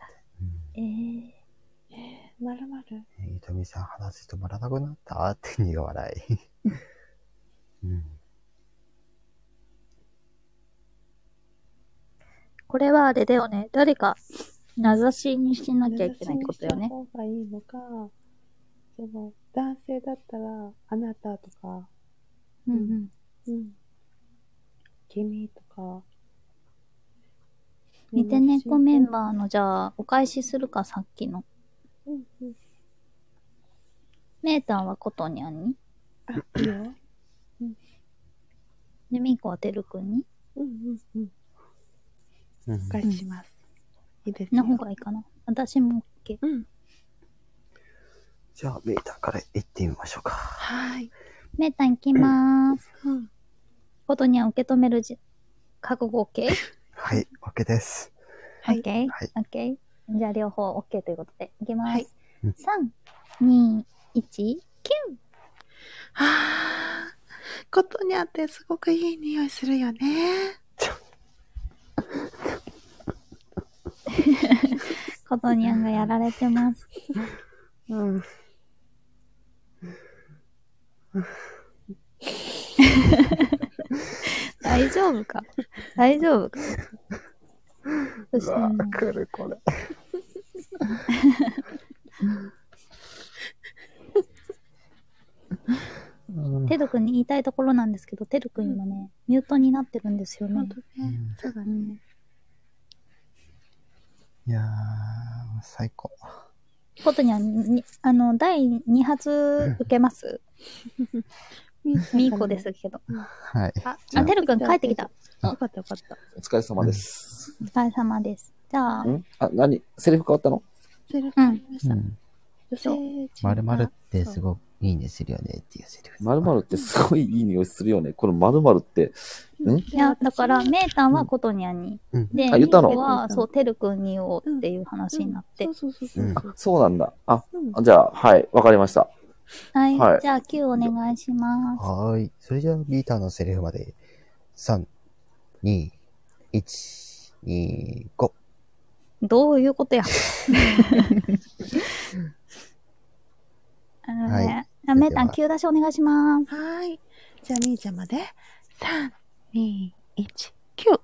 〇〇。 ゆとみさん話してもらわなくなったって苦笑い。 これはあれだよね。誰か名指しにしなきゃいけないってことだよね。 名指しにした方がいいのか、その男性だったらあなたとか。 君とか。 見て猫メンバーの、じゃあ、お返しするか、さっきの。 うんうん。 メーターはコトニャンに。 あ、いいよ。 うん。で、ミーコはてるくんに。 うんうんうん。お返しします。いいですよ。の方がいいかな。私も OK。 うん。 じゃあ、メーターから行ってみましょうか。 はい。 メーター行きまーす。 うん。 コトニャン受け止める覚悟 OK？ はい、OK です。 はい。OK？ はい。 OK？ じゃあ、両方 OK ということで、いきます。はい。 3、 2、1、9。 はぁー。コトニャンってすごくいい匂いするよね。 コトニャンがやられてます。 うん。 大丈夫か大丈夫かうわー、来る、これ。 テル君に言いたいところなんですけど、テル君今ね、ミュートになってるんですよね。 ほんとね。そうだね。 いやー、最高。 コトニャン、第2発受けますミーコですけど。 はい。 あ、テル君帰ってきた。 よかったよかった。 お疲れ様です。 お疲れ様です。じゃあ。 セリフ変わったの？ セリフ変わりました。 〇〇ってすごくいい匂いするよねっていうセリフ。 〇〇ってすごいいい匂いするよね。この〇〇って、 いや、だから、メータンはコトニャンに。で、 言ったの？ ミーコは、そう、テル君に言おうっていう話になって。 そうなんだ。じゃあ、はい、わかりました。 はい。じゃあ、9お願いします。 はい。それじゃあ、ミーターのセリフまで、3、2、1、2、5。 どういうことや。 はい。 メータン9出しお願いします。 はい。じゃあ、みーちゃんまで、3、2、1、9。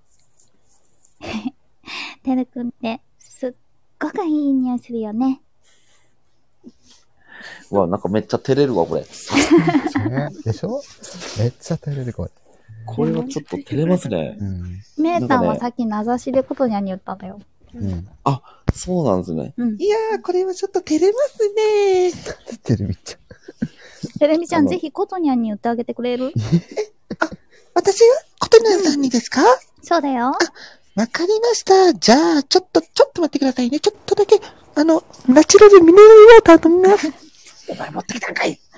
てるくんって、すっごくいい匂いするよね。 うわ、なんかめっちゃ照れるわ、これ。 でしょ？めっちゃ照れる、これ。 これはちょっと照れますね。 メータンはさっき名指しでコトニャンに言ったんだよ。 あ、そうなんですね。 いやー、これはちょっと照れますね。 てるみちゃん。 てるみちゃん、ぜひコトニャンに言ってあげてくれる？ 私がコトニャンさんにですか？ そうだよ。 わかりました。じゃあ、ちょっと待ってくださいね。ちょっとだけ、ナチュラルミネラルウォーター飲みます。お前持ってきたんかい。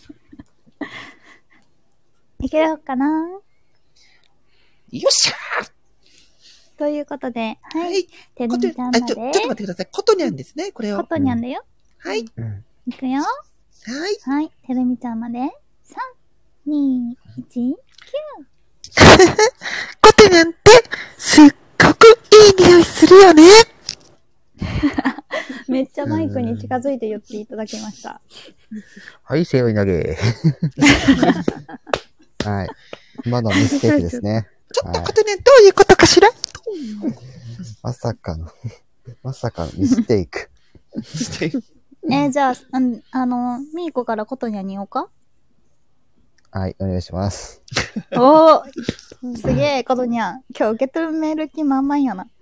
いけるかな？ よっしゃーということで、はい。てるみちゃんまで。 ちょっと待ってください。コトニャンですね、これを。 コトニャンだよ。 はい。 いくよ。 はい。 はい。てるみちゃんまで。3、2、1、9。 コトニャンって、すっごくいい匂いするよね。 めっちゃマイクに近づいて言っていただきました。 はい、背負い投げ。はい。今のミステークですね。 ちょっとコトニャンどういうことかしら？ まさかのミステイク。 じゃあ、ミーコからコトニャンに言おうか？ はい、お願いします。 おー、すげえ、コトニャン。今日受け止める気満々やな。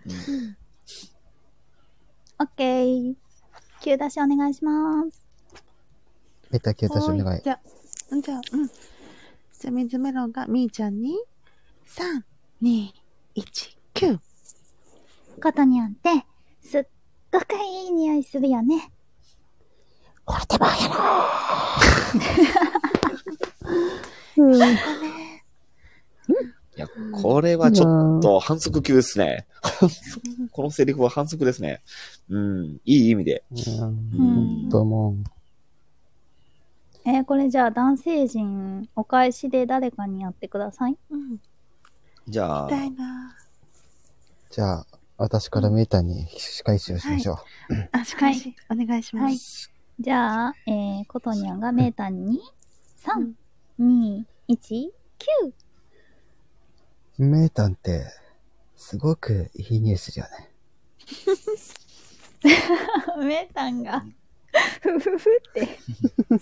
オッケー。9出しお願いします。 メタ9出しお願い。 じゃあ、じゃあ、水メロンがみーちゃんに、3、2、1、9。 コトニャンって、すっごくいい匂いするよね。 これでもやろいや、これはちょっと反則級ですね。このセリフは反則ですね。いい意味で。 これじゃあ男性陣お返しで誰かにやってください。 じゃあ。 じゃあ、私からメーターに仕返しをしましょう。 仕返し、お願いします。 じゃあ、コトニャンがメーターに、3、2、1、9。 メータンって、すごくいい匂いするよね。 メータンが、ふふふって。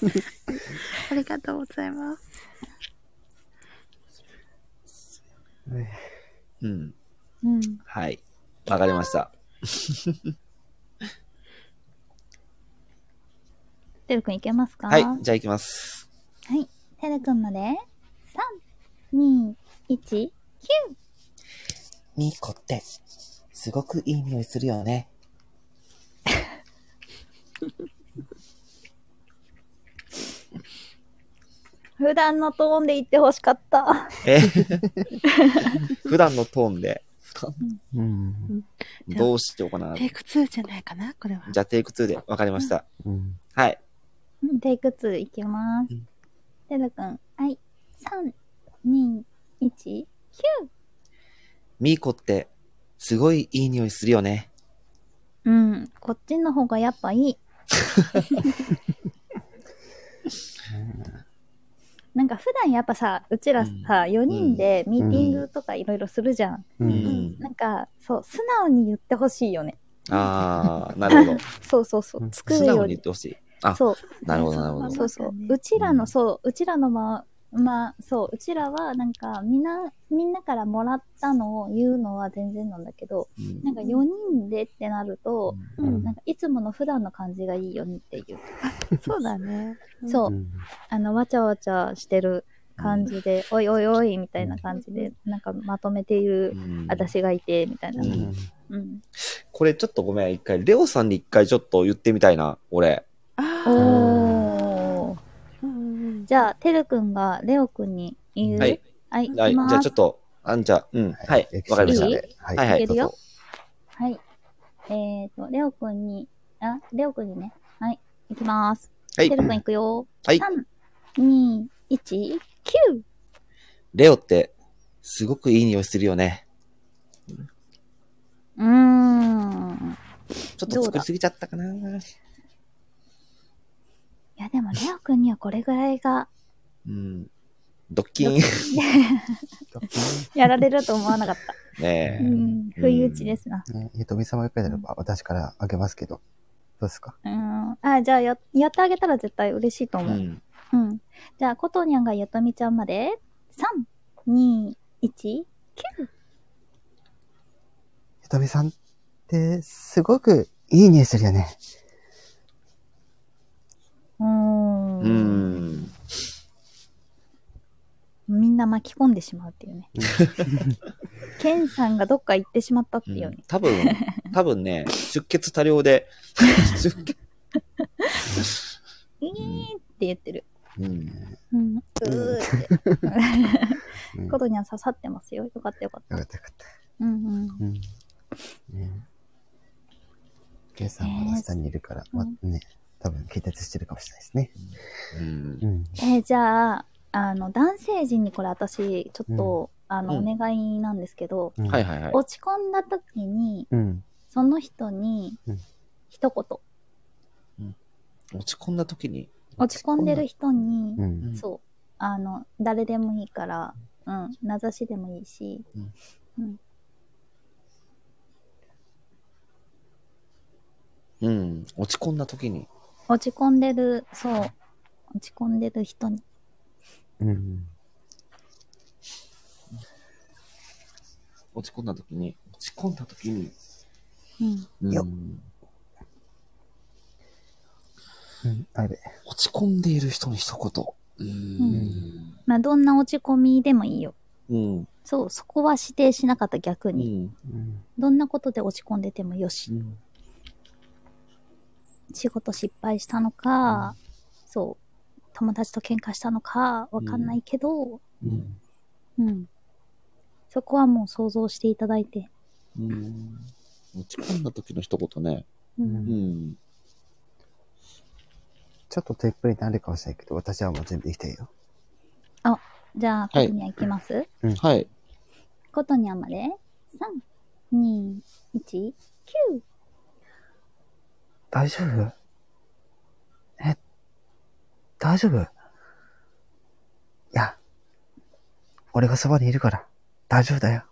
ありがとうございます。 うん。 うん。 はい。わかりました。 てるくんいけますか？ はい。じゃあいきます。 はい。てるくんまで、3、2、1、9。 ミコって、すごくいい匂いするよね。 普段のトーンで言ってほしかった。 普段のトーンで。 うん、 どうしようかな。 テイク2じゃないかな、これは。 じゃあテイク2でわかりました。はい。 テイク2いきます。てるくん、はい。3、2、1、9。 ミーコって、すごいいい匂いするよね。 うん、こっちの方がやっぱいい。なんか普段やっぱさ、うちらさ、4人でミーティングとかいろいろするじゃん。なんか、そう、素直に言ってほしいよね。 あー、なるほど。 そうそうそう。作るよ素直に言ってほしい。あ、そう。なるほど、なるほど。 そうそう。うちらの、そう、うちらのそう、うちらはなんかみんなからもらったのを言うのは全然なんだけど、なんか4人でってなると、なんかいつもの普段の感じがいいよねっていう。 そうだね。 そう。わちゃわちゃしてる感じで、おいおいおいみたいな感じで、なんかまとめている私がいて、みたいな。 これちょっとごめん、一回、レオさんに一回ちょっと言ってみたいな、俺。 おー。じゃあ、てるくんがレオくんに言う。はい。はい。 じゃあちょっと、じゃあ、はい。わかりました。 はいはい。いけるよ。はい。レオくんにね。はい。いきます。はい。てるくんいくよ。はい。3、2、1、9。 レオって、すごくいい匂いするよね。ちょっと作りすぎちゃったかな。 いや、でも、レオくんにはこれぐらいが。 ドッキン。 やられると思わなかった。 ねえ。不意打ちですな。 ゆとみさんもよくやれば私からあげますけど。どうですか？ じゃあやってあげたら絶対嬉しいと思う。じゃあ、ことにゃんがゆとみちゃんまで、3、2、1、9。 ゆとみさんって、すごくいい匂いするよね。 みんな巻き込んでしまうっていうね。ケンさんがどっか行ってしまったっていうね。 多分ね、出血多量で、 って言ってる。ことには刺さってますよ。よかったよかった。 よかったよかった。ケンさんは下にいるから、ね、多分気絶してるかもしれないですね。 じゃあ、男性陣にこれ私、ちょっと、お願いなんですけど、落ち込んだ時に、その人に、一言。 落ち込んだ時に落ち込んでる人に、そう、誰でもいいから、名指しでもいいし、 落ち込んだ時に。 落ち込んでる、そう、落ち込んでる人に。 落ち込んだ時に。落ち込んでいる人に一言。 まあ、どんな落ち込みでもいいよ。そう、そこは指定しなかった逆に。どんなことで落ち込んでてもよし。仕事失敗したのか、そう、友達と喧嘩したのか、わかんないけど、そこはもう想像していただいて。 落ち込んだ時の一言ね。 ちょっとテープになるかもしれないけど、私はもう準備できてるよ。 じゃあ、ことにゃんいきます？ はい。 ことにゃんまで、3、2、1、9。 大丈夫？大丈夫？いや、俺がそばにいるから、大丈夫だよ。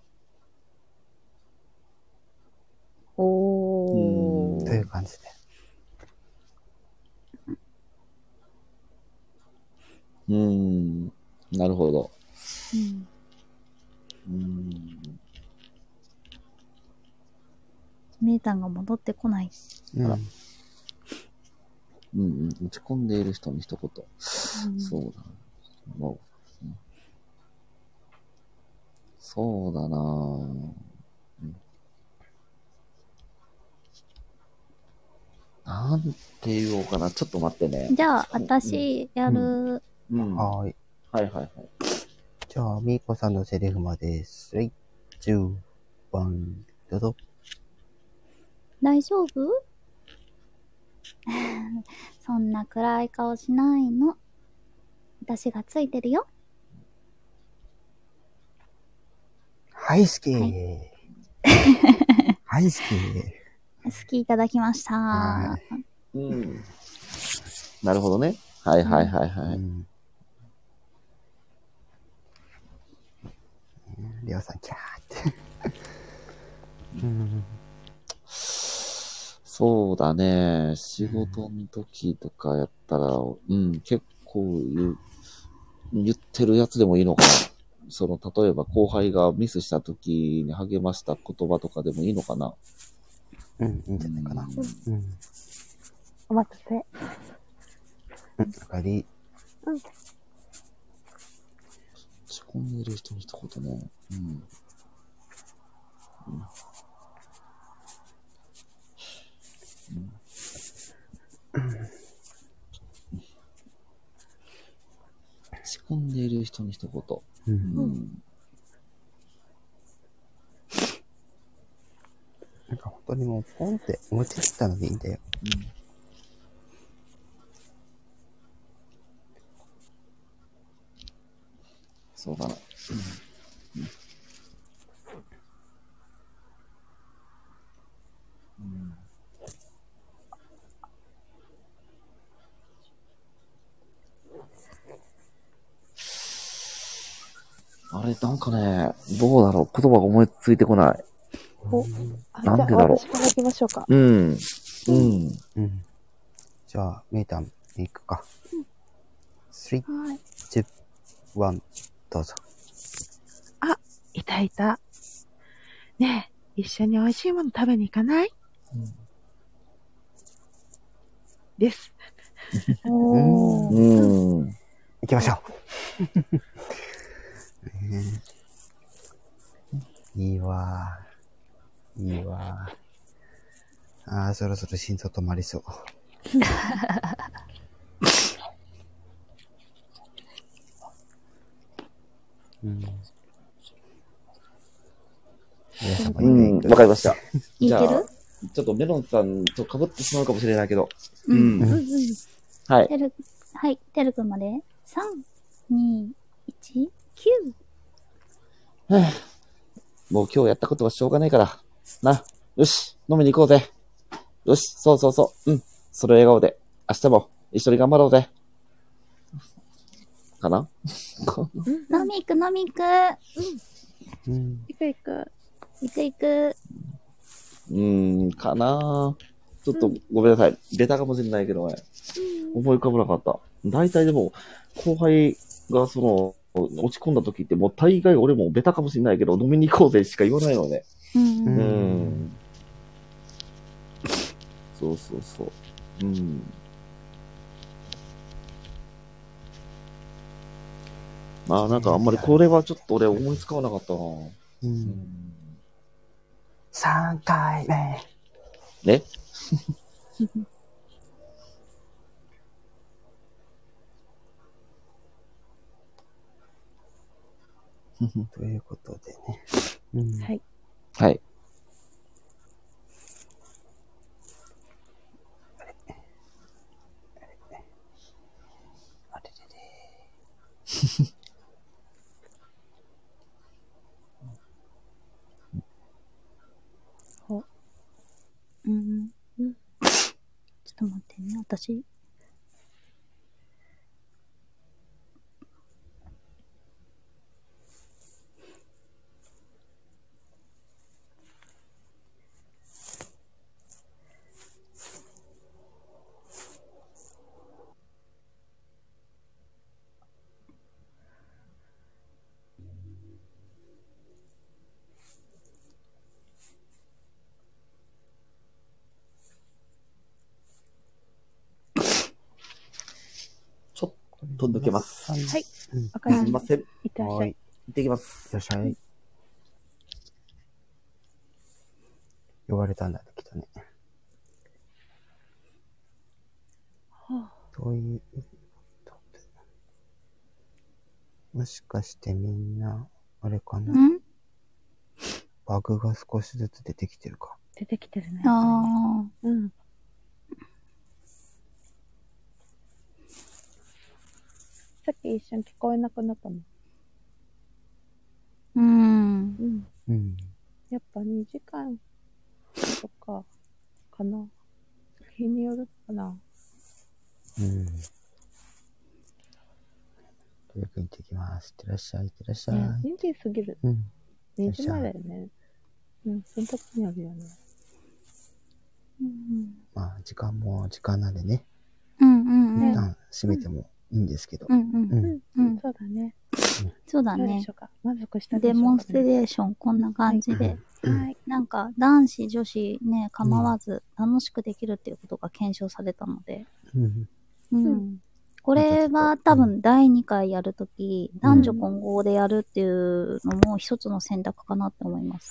という感じで。 なるほど。 イタンが戻ってこない。 うん。うん、落ち込んでいる人に一言。そうだ。もう、そうだなぁ。なんて言おうかな。ちょっと待ってね。 じゃあ、私、やる。 はい。 はいはいはい。 じゃあ、みーこさんのセリフまで、3、2、1、どうぞ。 大丈夫そんな暗い顔しないの。私がついてるよ。 はい、好き。はい、好き。 好きいただきました。はい。 うん。なるほどね。はいはいはいはい。 りょうさん、キャーってうん。 そうだね。仕事の時とかやったら、結構言ってるやつでもいいのかな。例えば後輩がミスした時に励ました言葉とかでもいいのかな。 いいんじゃないかな。 お待たせ。 おかえり。 落ち込んでる人の一言ね。落ち込んでいる人に一言。 なんか本当にもうポンって思いついたのでいいんだよ。 そうだな。あれ、なんかね、どうだろう。言葉が思いついてこない。なんでだろう。 じゃあ、私から行きましょうか。 じゃあ、メイタン、行くか。3、2、1、どうぞ。 あ、いたいた。ねえ、一緒に美味しいもの食べに行かない？です。 行きましょう。いいわ。いいわ。そろそろ心臓止まりそう。 わかりました。 じゃあ、 ちょっとメロンさんと被ってしまうかもしれないけど。 はい。はい、てるくんまで。3、2、1、 9。もう今日やったことはしょうがないから。な。よし、飲みに行こうぜ。よし、そう。それ笑顔で。明日も一緒に頑張ろうぜ。かな飲み行く。行く。 かなちょっとごめんなさい。ベタかもしれないけどね。思い浮かばなかった。大体でも、後輩が落ち込んだ時ってもう大概俺もベタかもしれないけど、飲みに行こうぜしか言わないのね。そう。まあなんかあんまりこれはちょっと俺思いつかなかったな。 3回目。 ねということでね。 はい。 はい。 あれれれ。 ちょっと待ってね、私。 飛んどけます。 はい。わかりました。 すいません。 いってらっしゃい。 行ってきます。 いらっしゃい。呼ばれたんだね、きっとね。どういうこともしかしてみんな、あれかな、バグが少しずつ出てきてるか。 出てきてるね。 ああ。 うん。さっき一瞬聞こえなくなったの。うん。やっぱ2時間とか、かな。日によるかな。 よく行ってきます。いってらっしゃい、いってらっしゃい。 2時過ぎる。2時前だよね。その時によるよね。 まあ、時間も時間なんでね。一旦閉めてもいいんですけど。 そうだね。 そうだね。 満足したでしょうかね。 デモンストレーション、こんな感じで。はい。なんか、男子、女子ね、構わず、楽しくできるっていうことが検証されたので。これは多分第2回やるとき、男女混合でやるっていうのも一つの選択かなって思います。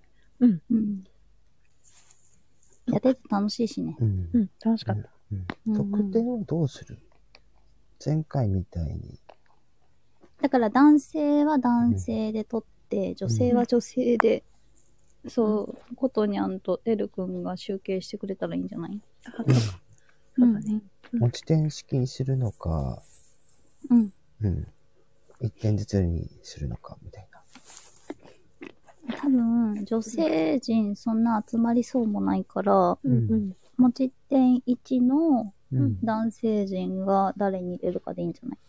やってて楽しいしね。 楽しかった。 得点をどうする？前回みたいに。 だから男性は男性で取って、女性は女性で、そう、コトニャンとエル君が集計してくれたらいいんじゃない？ そうだね。 持ち点式にするのか、1点ずつにするのか、みたいな。 多分、女性陣そんな集まりそうもないから、持ち点1の男性陣が誰に入れるかでいいんじゃない？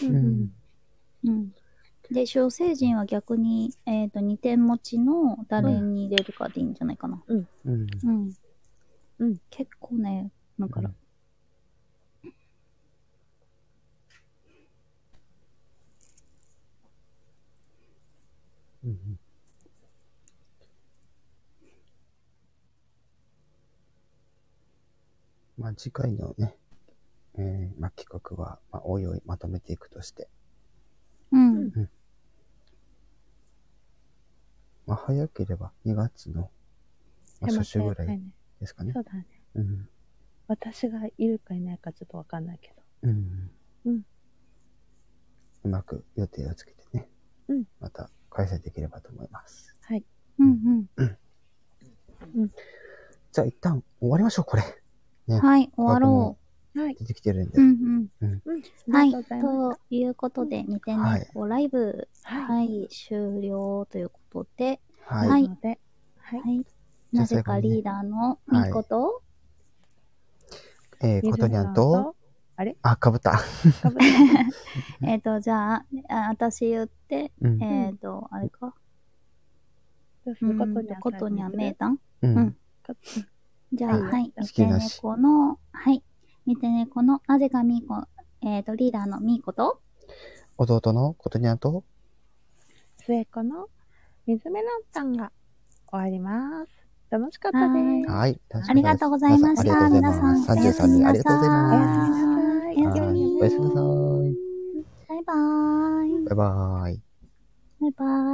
で、女性陣は逆に、2点持ちの誰に入れるかでいいんじゃないかな。結構ね、だから。 まあ次回のね、まあ企画は、まあおいおいまとめていくとして。まあ早ければ2月の、まあ、初週ぐらいですかね。 そうだね。私がいるかいないかちょっとわかんないけど。 うまく予定をつけてね。また開催できればと思います。 はい。 じゃあ一旦終わりましょう、これ。 ね、はい、終わろう。出てきてるんで。 はい。ということで、見てね、ライブ、はい、終了ということで、はい。なぜかリーダーのみこと、 ことにゃんと、 あれ？ かぶった。 じゃあ、私言って、あれか。ことにゃんめいたん？じゃあ、はい。見て猫の、はい。見て猫の、なぜかみーこ、リーダーのみーこと、 弟のことにゃんと、 末っ子の水目のたんが終わります。楽しかったです。 はい。 ありがとうございました。皆さん、 33人ありがとうございます。 おやすみなさい。 おやすみなさい。 バイバーイ。 バイバーイ。 バイバーイ。